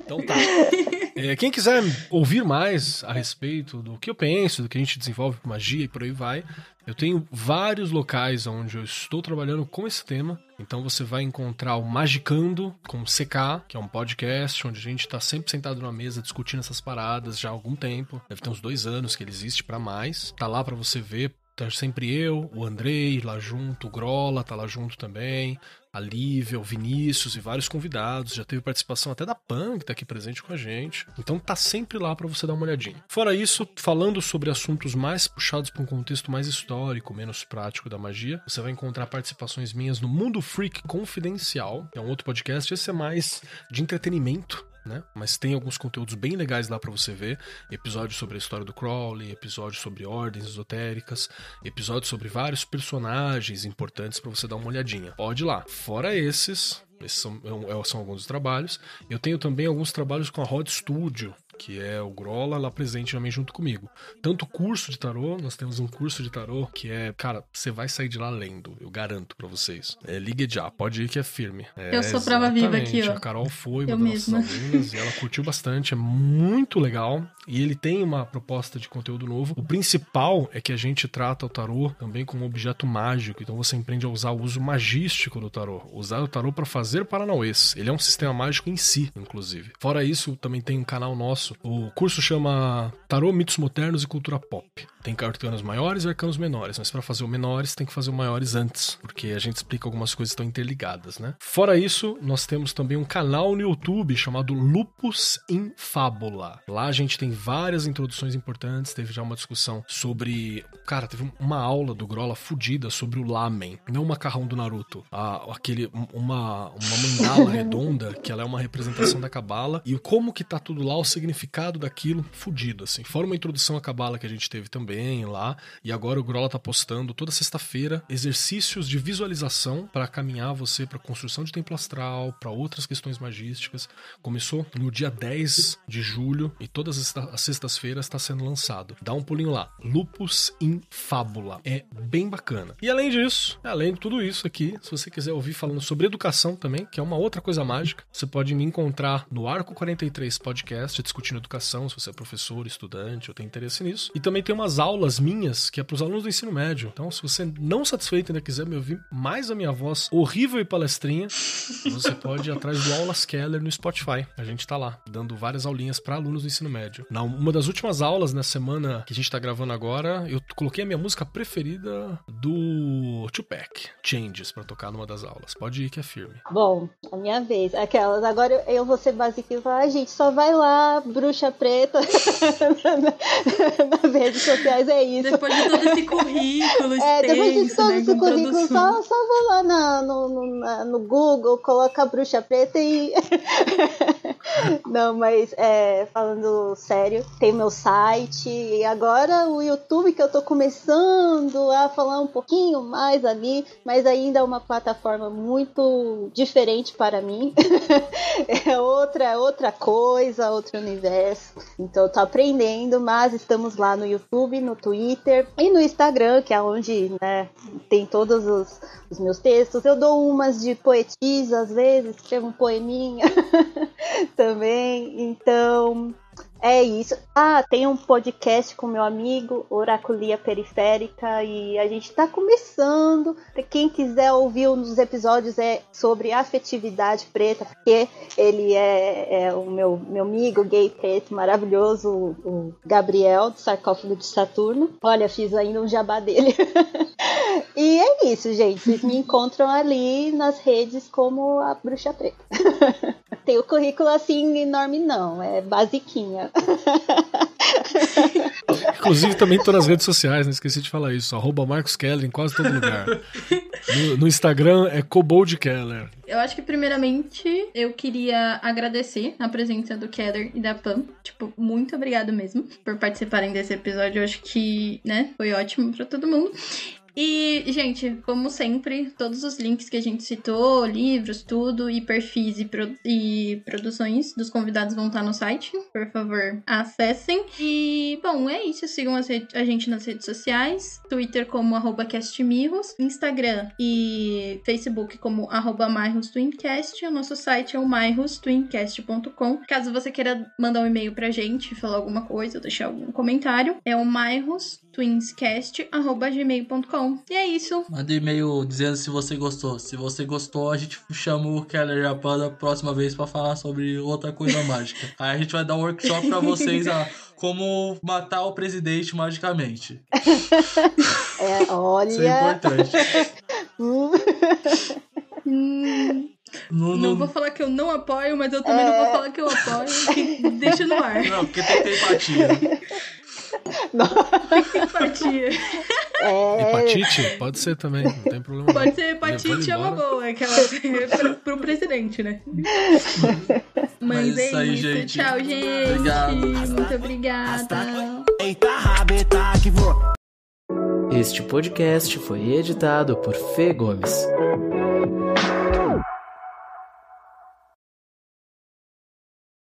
Então tá. É, quem quiser ouvir mais a respeito do que eu penso, do que a gente desenvolve com magia e por aí vai, eu tenho vários locais onde eu estou trabalhando com esse tema. Então você vai encontrar o Magicando com C K, que é um podcast onde a gente tá sempre sentado numa mesa discutindo essas paradas já há algum tempo. Deve ter uns dois anos que ele existe pra mais. Tá lá pra você ver. Tá sempre eu, o Andrei lá junto, o Grola tá lá junto também, a Lívia, o Vinícius e vários convidados. Já teve participação até da Pan, que tá aqui presente com a gente. Então tá sempre lá pra você dar uma olhadinha. Fora isso, falando sobre assuntos mais puxados pra um contexto mais histórico, menos prático da magia, você vai encontrar participações minhas no Mundo Freak Confidencial, que é um outro podcast. Esse é mais de entretenimento, né? Mas tem alguns conteúdos bem legais lá pra você ver. Episódios sobre a história do Crowley, episódios sobre ordens esotéricas, episódios sobre vários personagens importantes pra você dar uma olhadinha. Pode ir lá. Fora esses, esses são, são alguns dos trabalhos. Eu tenho também alguns trabalhos com a Rod Studio, que é o Grola lá presente também junto comigo. Tanto curso de tarô, nós temos um curso de tarô que é, cara, você vai sair de lá lendo, eu garanto pra vocês. É, ligue já, pode ir que é firme. É, eu sou prova viva aqui, ó. A Carol foi uma eu das mesma. nossas alunas e ela curtiu bastante, é muito legal. E ele tem uma proposta de conteúdo novo. O principal é que a gente trata o tarô também como um objeto mágico, então você aprende a usar o uso magístico do tarô. Usar o tarô para fazer paranauês. Ele é um sistema mágico em si, inclusive. Fora isso, também tem um canal nosso. O curso chama Tarô, Mitos Modernos e Cultura Pop. Tem arcanos maiores e arcanos menores, mas para fazer o menores tem que fazer o maiores antes, porque a gente explica algumas coisas que estão interligadas, né? Fora isso, nós temos também um canal no YouTube chamado Lupus in Fábula. Lá a gente tem várias introduções importantes, teve já uma discussão sobre... Cara, teve uma aula do Grola fudida sobre o lamen, não o macarrão do Naruto, a, aquele, uma, uma mandala redonda, que ela é uma representação da Cabala, e como que tá tudo lá, o significado daquilo, fudido, assim. Fora uma introdução à Cabala que a gente teve também lá, e agora o Grola tá postando toda sexta-feira exercícios de visualização para caminhar você para construção de templo astral, para outras questões magísticas. Começou no dia dez de julho e todas as sextas-feiras está sendo lançado. Dá um pulinho lá, Lupus in Fábula. É bem bacana. E além disso, além de tudo isso aqui, se você quiser ouvir falando sobre educação também, que é uma outra coisa mágica, você pode me encontrar no Arco quarenta e três Podcast, discutindo educação, se você é professor, estudante ou tem interesse nisso. E também tem umas aulas minhas, que é para os alunos do ensino médio. Então, se você não satisfeito ainda quiser me ouvir mais a minha voz horrível e palestrinha, você pode ir atrás do Aulas Keller no Spotify. A gente tá lá, dando várias aulinhas para alunos do ensino médio. Na uma das últimas aulas, na semana que a gente tá gravando agora, eu coloquei a minha música preferida do Tupac, Changes, para tocar numa das aulas. Pode ir que é firme. Bom, a minha vez. Aquelas. Agora eu, eu vou ser básica e falar, ah, gente, só vai lá, Bruxa Preta, nas redes sociais. É isso. Depois de todo esse currículo extenso, é, depois de todo né, esse currículo, só, só vou lá na, no, no, na, no Google, coloca a Bruxa Preta e... Não, mas é, falando sério, tem meu site e agora o YouTube que eu tô começando a falar um pouquinho mais ali, mas ainda é uma plataforma muito diferente para mim. É outra, outra coisa, outro universo. Então eu tô aprendendo, mas estamos lá no YouTube, no Twitter e no Instagram, que é onde, né, tem todos os, os meus textos. Eu dou umas de poetisa, às vezes, escrevo um poeminha também. Então, é isso. Ah, tem um podcast com meu amigo, Oraculia Periférica, e a gente tá começando. Quem quiser ouvir um dos episódios é sobre afetividade preta, porque ele é, é o meu, meu amigo gay preto maravilhoso, o, o Gabriel, do Sarcófago de Saturno. Olha, fiz ainda um jabá dele. E é isso, gente. Vocês me encontram ali nas redes como a Bruxa Preta. Tem o currículo assim enorme, não. É basiquinha. Inclusive também tô nas redes sociais, não esqueci de falar isso. Arroba Marcos Keller em quase todo lugar. No, no Instagram é Kobold Keller. Eu acho que primeiramente eu queria agradecer a presença do Keller e da Pam. Tipo, muito obrigado mesmo por participarem desse episódio. Eu acho que, né, foi ótimo pra todo mundo. E, gente, como sempre, todos os links que a gente citou, livros, tudo, e perfis e, pro, e produções dos convidados vão estar no site. Por favor, acessem. E, bom, é isso. Sigam as rede, a gente nas redes sociais. Twitter como arroba castmirros. Instagram e Facebook como arroba mairostwincast. O nosso site é o mairostwincast ponto com. Caso você queira mandar um e-mail pra gente, falar alguma coisa ou deixar algum comentário, é o mairostwincast arroba gmail ponto com. E é isso. Manda e-mail dizendo se você gostou. Se você gostou, a gente chama o Keller Japan da próxima vez pra falar sobre outra coisa mágica. Aí a gente vai dar um workshop pra vocês a como matar o presidente magicamente. É, olha... Isso é importante. Hum... Não, Não, não... vou falar que eu não apoio, mas eu também é... não vou falar que eu apoio. Que deixa no ar. Não, porque tem que ter empatia. Tem que ter empatia. É... Hepatite? Pode ser também, não tem problema. Pode ser hepatite, é uma boa. Aquela pra, pro presidente, né? Mas, Mas é isso aí, isso. gente. Tchau, gente. Obrigado. Muito obrigada. Este podcast foi editado por Fê Gomes.